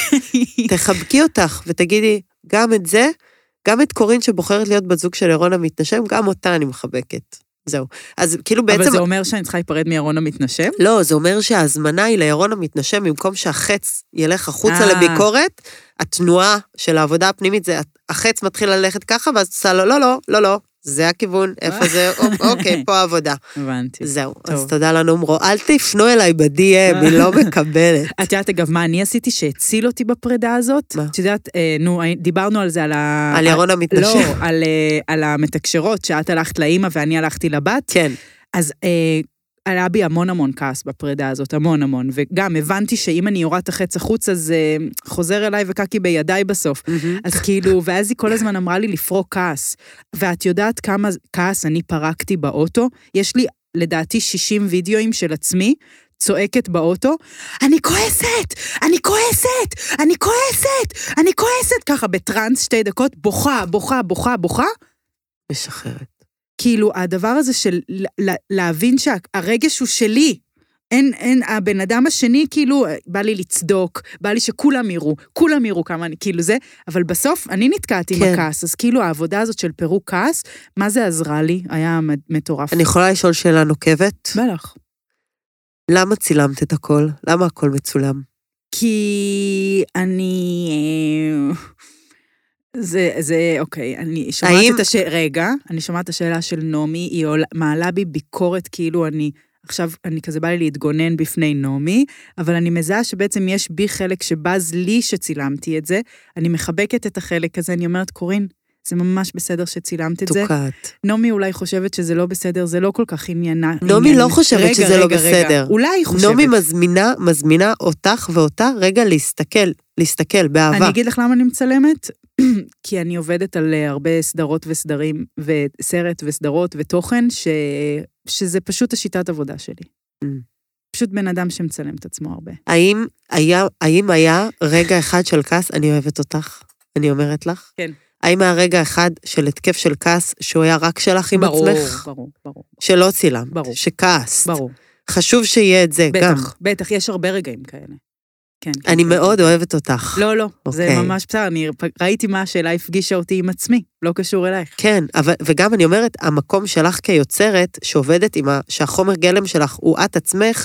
תחבקי אותך ותגידי, גם את זה, גם את קורין שבוחרת להיות בזוג של ירון המתנשם, גם אותה אני מחבקת. זהו. אז כאילו בעצם... אבל זה אומר שאני צריכה להיפרד מירון המתנשם? לא, זה אומר שההזמנה היא לירון המתנשם, במקום שהחץ ילך החוצה לביקורת, התנועה של העבודה הפנימית זה, החץ מתחיל ללכת ככה, ואז תעשה לו, לא, זה הכיוון, איפה זה, אוקיי, פה העבודה. הבנתי. זהו, אז תודה לנומרו, אל תפנו אליי ב-DM, היא לא מקבלת. את יודעת, אגב, מה אני עשיתי שהציל אותי בפרידה הזאת? מה? את יודעת, דיברנו על זה, על ירון המתנשם. לא, על המתקשרות, שאת הלכת לאמא ואני הלכתי לבת. כן. אז עלה בי המון כעס בפרידה הזאת, המון, וגם הבנתי שאם אני יורת החץ החוץ, אז חוזר אליי וקקי בידיי בסוף. אז כאילו, ואז היא כל הזמן אמרה לי לפרוק כעס, ואת יודעת כמה כעס אני פרקתי באוטו? יש לי, לדעתי, 60 וידאוים של עצמי, צועקת באוטו, אני כועסת, ככה בטרנס 2 דקות, בוכה. משחררת. כאילו, הדבר הזה של להבין שהרגש הוא שלי, אין, הבן אדם השני, כאילו, בא לי לצדוק, בא לי שכולם יראו כמה אני, כאילו זה, אבל בסוף אני נתקעתי עם הכעס, אז כאילו העבודה הזאת של פירוק כעס, מה זה עזרה לי? היה מטורף. אני יכולה לשאול שאלה נוקבת? בלך. למה צילמת את הכל? למה הכל מצולם? כי אוקיי, אני שומעת את השאלה של נומי, היא מעלה בי ביקורת, כאילו עכשיו אני כזה בא לי להתגונן בפני נומי, אבל אני מזהה שבעצם יש בי חלק שבז לי שצילמתי את זה, אני מחבקת את החלק הזה, אני אומרת, קורין, זה ממש בסדר שצילמת את זה. תוקעת. נומי אולי חושבת שזה לא בסדר, זה לא כל כך עניינה. נומי לא חושבת שזה לא בסדר. אולי היא חושבת. נומי מזמינה אותך ואותה רגע להסתכל באהבה. אני אגיד לך למה אני מצלמת? כי אני עובדת על הרבה סדרות וסדרים, וסרט וסדרות ותוכן, שזה פשוט השיטת עבודה שלי. פשוט בן אדם שמצלם את עצמו הרבה. האם היה רגע אחד של כעס, אני אוהבת אותך, אני אומרת לך? כן. האם היה רגע אחד של התקף של כעס, שהוא היה רק שלך עם עצמך? ברור. שלא צילמת, ברור. שכעסת. ברור. חשוב שיהיה את זה גם. בטח, יש הרבה רגעים כאלה. כן. אני מאוד אוהבת אותך. לא, זה ממש בסדר, אני ראיתי מה השאלה הפגישה אותי עם עצמי, לא קשור אלייך. כן, וגם אני אומרת, המקום שלך כיוצרת, שעובדת שהחומר גלם שלך הוא את עצמך,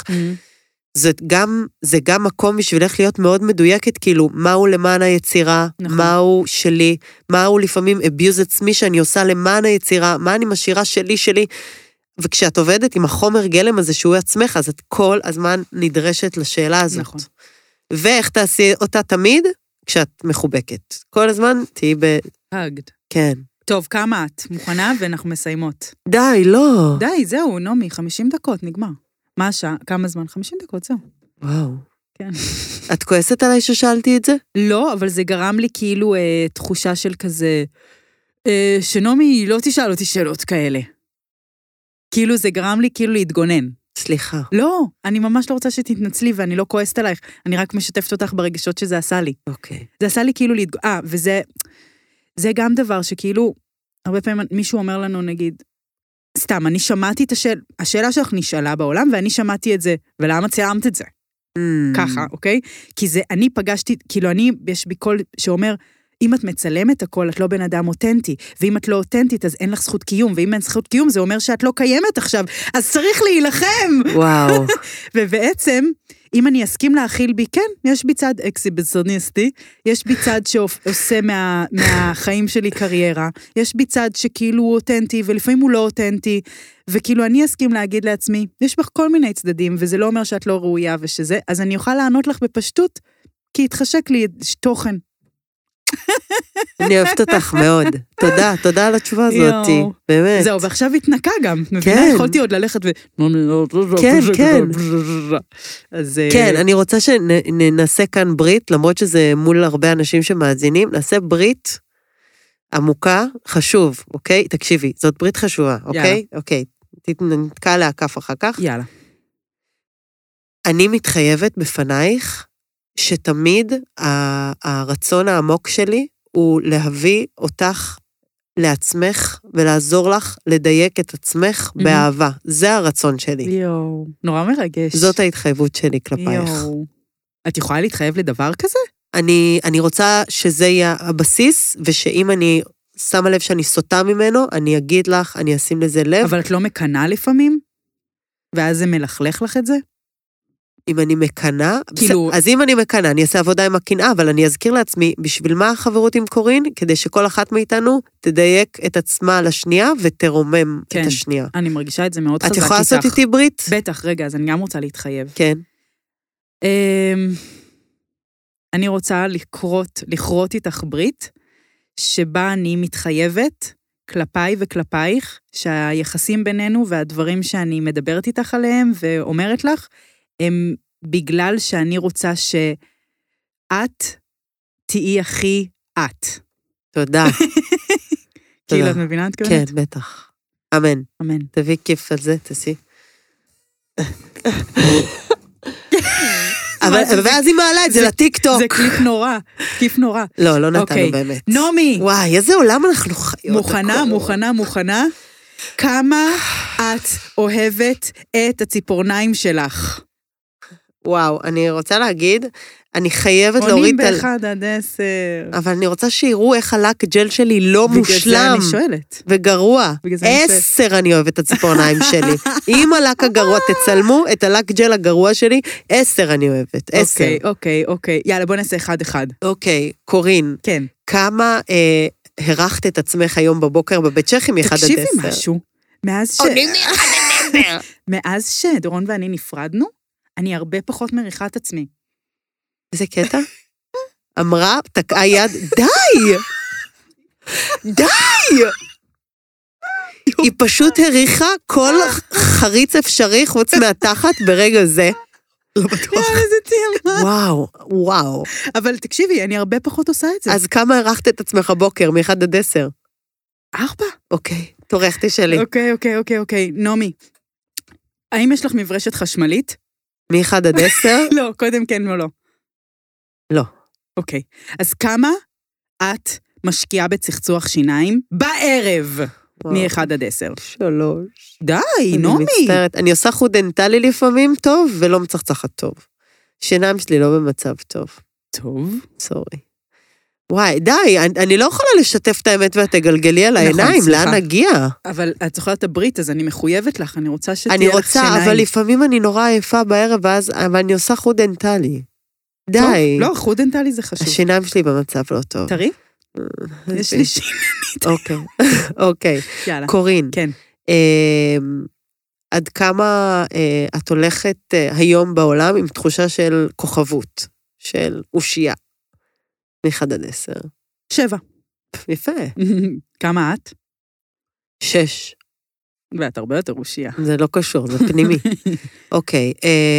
זה גם מקום בשבילך להיות מאוד מדויקת, כאילו, מהו למען היצירה, מהו שלי, מהו לפעמים אביוז עצמי שאני עושה למען היצירה, מה אני משאירה שלי, וכשאת עובדת עם החומר גלם הזה שהוא עצמך, אז את כל הזמן נדרשת לשאלה הזאת. נכון. ואיך תעשי אותה תמיד? כשאת מחובקת. כל הזמן תהיי אגד. כן. טוב, כמה את? מוכנה ואנחנו מסיימות. די, לא. די, זהו, נעמי, 50 דקות, נגמר. מה השעה? כמה זמן? 50 דקות, זהו. וואו. כן. את כועסת עליי ששאלתי את זה? לא, אבל זה גרם לי כאילו תחושה של כזה, שנעמי לא תשאל אותי שאלות כאלה. כאילו זה גרם לי כאילו להתגונן. סליחה. לא, אני ממש לא רוצה שתתנצלי ואני לא כועסת עלייך, אני רק משתפת אותך ברגשות שזה עשה לי. אוקיי. זה עשה לי כאילו וזה גם דבר שכאילו, הרבה פעמים מישהו אומר לנו נגיד, סתם, אני שמעתי את השאלה שלך נשאלה בעולם, ואני שמעתי את זה, ולמה ציימת את זה? ככה, אוקיי? כי זה, אני פגשתי, כאילו יש בי קול שאומר, אם את מצלמת הכל, את לא בן אדם אותנטי, ואם את לא אותנטית, אז אין לך זכות קיום, ואם אין זכות קיום, זה אומר שאת לא קיימת עכשיו, אז צריך להילחם! וואו. ובעצם, אם אני אסכים להכיל בי, כן, יש בי צד אקסיביציוניסטי, יש בי צד שעושה מהחיים שלי קריירה, יש בי צד שכאילו הוא אותנטי, ולפעמים הוא לא אותנטי, וכאילו אני אסכים להגיד לעצמי, יש בך כל מיני צדדים, וזה לא אומר שאת לא ראויה ושזה, אז אני אוכל לענות לך בפשטות, כי התחשק לי תוכן. אני אוהבת אותך מאוד. תודה על התשובה הזאת, באמת. זהו, ועכשיו התנקה גם. כן. יכולתי עוד ללכת כן, כן. כן, אני רוצה שננסה כאן ברית, למרות שזה מול הרבה אנשים שמאזינים, נעשה ברית עמוקה, חשוב, אוקיי? תקשיבי, זאת ברית חשובה, אוקיי? אוקיי, תתנקה עליה כף אחר כך. יאללה. אני מתחייבת בפנייך, שתמיד הרצון העמוק שלי הוא להביא אותך לעצמך ולעזור לך לדייק את עצמך באהבה. זה הרצון שלי. יואו, נורא מרגש. זאת ההתחייבות שלי כלפייך. את יכולה להתחייב לדבר כזה? אני רוצה שזה יהיה הבסיס, ושאם אני שמה לב שאני סוטה ממנו, אני אגיד לך, אני אשים לזה לב. אבל את לא מקנה לפעמים? ואז זה מלכלך לך את זה? אם אני מקנה, כאילו... אז אם אני מקנה, אני אעשה עבודה עם הקנאה, אבל אני אזכיר לעצמי, בשביל מה החברות עם קורין? כדי שכל אחת מאיתנו תדייק את עצמה לשנייה, ותרומם כן, את השנייה. אני מרגישה את זה מאוד חזק איתך. את יכולה לעשות איתי ברית? בטח, רגע, אז אני גם רוצה להתחייב. כן. אני רוצה לכרות איתך ברית, שבה אני מתחייבת כלפיי וכלפייך, שהיחסים בינינו והדברים שאני מדברת איתך עליהם ואומרת לך, הם בגלל שאני רוצה שאת תהיי הכי את. תודה. כאילו, את מבינה את כוונת? כן, בטח. אמן. אמן. תביא כיף על זה, תעשי. ואז היא מעלה את זה לטיק-טוק. זה קליפ נורא, כיף נורא. לא נתנו באמת. נעמי. וואי, איזה עולם אנחנו חיות. מוכנה. כמה את אוהבת את הציפורניים שלך? וואו, אני רוצה להגיד, אני חייבת להוריד... עונים ב1-10. אבל אני רוצה שיראו איך הלק ג'ל שלי לא מושלם. בגלל זה אני שואלת. וגרוע. 10 אני אוהבת את הציפורניים שלי. אם הלק הגרוע, תצלמו את הלק ג'ל הגרוע שלי, 10 אני אוהבת. 10. אוקיי. יאללה, בוא נעשה 1-1. אוקיי, קורין. כן. כמה הרחת את עצמך היום בבוקר בבית צ'כי מ-1-10? תקשיבי משהו. עונים מ-1-10. מאז שדורון ואני נפרדנו, אני הרבה פחות מריחה את עצמי. איזה קטע? אמרה, תקעה יד, די! היא פשוט הריחה כל חריץ אפשרי חוץ מהתחת ברגע זה. לא בטוח. איזה תיאמה. וואו. אבל תקשיבי, אני הרבה פחות עושה את זה. אז כמה הרחת את עצמך בוקר, מ-1-10? 4. אוקיי, תורך תשאלי. אוקיי. נעמי, האם יש לך מברשת חשמלית? מ-1-10? לא, קודם כן או לא. לא. אוקיי. אז כמה את משקיעה בצחצוח שיניים בערב מ-1-10? 3. די, נעמי. אני מצטערת. אני עושה חוט דנטלי לפעמים טוב, ולא מצחצחת טוב. שיניים שלי לא במצב טוב. טוב. סורי. וואי, די, אני לא יכולה לשתף את האמת והתגלגלי על העיניים, לאן נגיע? אבל את זוכרת את הברית, אז אני מחויבת לך, אני רוצה שתהיה אני לך שיניים. רוצה, אבל לפעמים אני נורא עייפה בערב, אבל אני עושה חוט דנטלי. די. לא, חוט דנטלי זה חשוב. השיניים שלי במצב לא טוב. תראי? יש לי שיניים. אוקיי. יאללה. קורין. כן. עד כמה את הולכת היום בעולם עם תחושה של כוכבות, של אושייה? מ-1 עד 10. 7. יפה. כמה את? 6. ואת הרבה יותר אושייה. זה לא קשור, זה פנימי. אוקיי.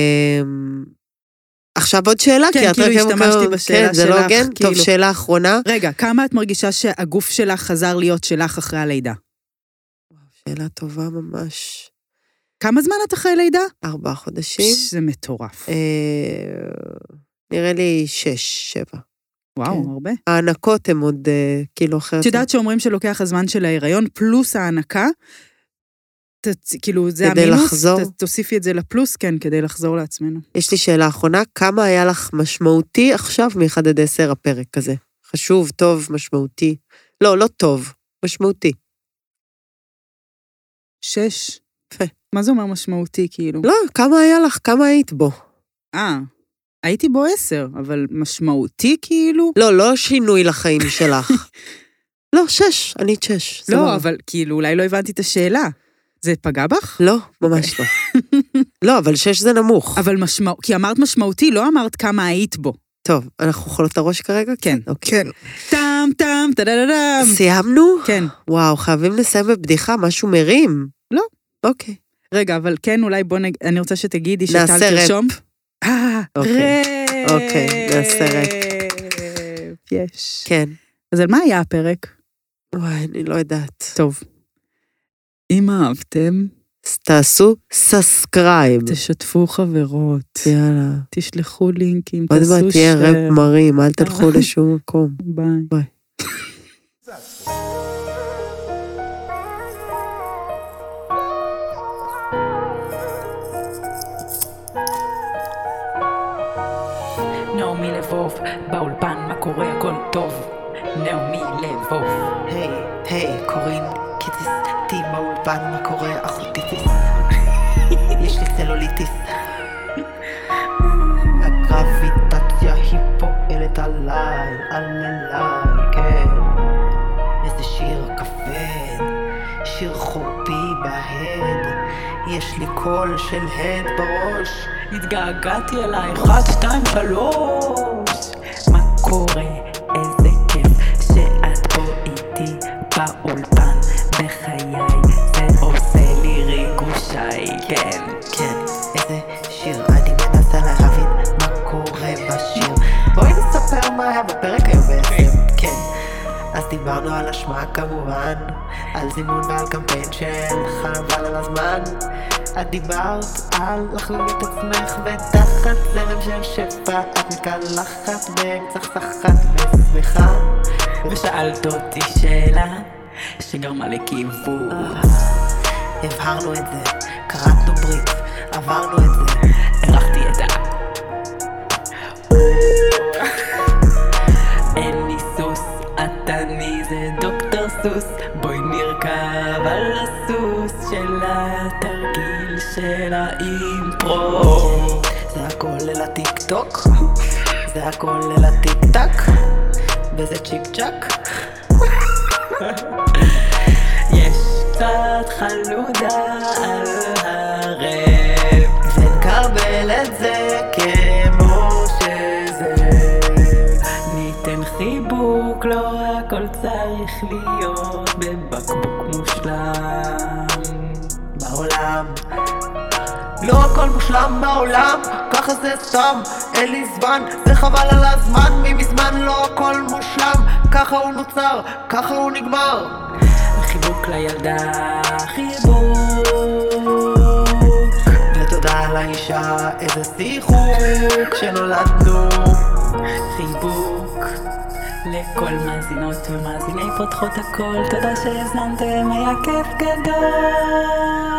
עכשיו עוד שאלה, כן, כאילו השתמשתי בשאלה שלך. זה לא הוגן? טוב, שאלה אחרונה. רגע, כמה את מרגישה שהגוף שלך חזר להיות שלך אחרי הלידה? שאלה טובה ממש. כמה זמן את אחרי לידה? 4 חודשים. זה מטורף. נראה לי 6, 7. וואו, הרבה. הענקות הן עוד כאילו אחרת. את יודעת שאומרים שלוקח הזמן של ההיריון, פלוס הענקה, כאילו זה המינוס, תוסיפי את זה לפלוס, כן, כדי לחזור לעצמנו. יש לי שאלה אחרונה, כמה היה לך משמעותי עכשיו מ-1 עד 10 הפרק הזה? חשוב, טוב, משמעותי. לא, לא טוב, משמעותי. 6. מה זה אומר משמעותי, כאילו? לא, כמה היה לך? כמה היית בו? הייתי בו 10, אבל משמעותי, כאילו? לא שינוי לחיים שלך. לא, 6, אני 6. לא, אבל כאילו, אולי לא הבנתי את השאלה. זה פגע בך? לא, ממש לא. לא, אבל 6 זה נמוך. אבל כי אמרת משמעותי, לא אמרת כמה היית בו. טוב, אנחנו יכולות את הראש כרגע? כן. כן. טם, טם, טדדדם. סיימנו? כן. וואו, חייבים לסיים בבדיחה, משהו מרים. לא. אוקיי. רגע, אבל כן, אולי אני רוצה שתגידי שטל תרשום. אוקיי, נעשה רפ. יש. כן. אז על מה היה הפרק? וואי, אני לא יודעת. טוב. אם אהבתם, תעשו סאסקרייב. תשתפו חברות. יאללה. תשלחו לינקים, תעשו שייר. עוד מעט תהיה רב מרים, אל תלכו לשום מקום. ביי. ביי. נעמי לבוב, באולפן מה קורה הכל טוב. נעמי לבוב. היי, קורין קיטיס, תי באולפן מה קורה אחוטיטיס. יש לי צלוליטיס. הגרביטציה היא פועלת עליי, כן. איזה שיר כבד, שיר חורפי בהד. יש לי קול של הד בראש. התגעגעתי אליי, 1, 2, 3. מה קורה? איזה כיף שאת פה איתי באולפן. בחיי זה עושה לי ריגושי. כן, איזה שיר. אני מנסה להבין מה קורה בשיר. בואי נספר מה היה בפרק היום בעצם. כן, אז דיברנו על אשמה כמובן, על זימון ועל קמפיין של חבל על הזמן. את דיברת על לחלום את עצמך ותחת זרם של שפע. את מקלחת ומצחצחת ושמחה, ושאלת אותי שאלה שגרמה לכיוון. הבהרנו את זה, קראתנו ברית, עברנו את זה, הרחתי את אין לי סוס, אני זה דוקטור סוס. בואי נרכב על הסוס של התרגיל של האימפרו. זה הכל אל הטיק טוק, זה הכל אל הטיק טק, וזה צ'יק צ'ק. יש קצת חלודה על הרב, ונקבל את זה כמו שזה. ניתן חיבוק, לא הכל צריך להיות בבקבוק מושלם בעולם. לא הכל מושלם בעולם, ככה זה סתם, אין לי זמן, זה חבל על הזמן. ממזמן לא הכל מושלם, ככה הוא נוצר, ככה הוא נגמר. חיבוק לילדה, חיבוק, ותודה על האישה, איזה שיחוק שנולדנו. חיבוק לכל מאזינות ומאזיני פותחות הכל, תודה שהזמנתם, היה כיף גדול.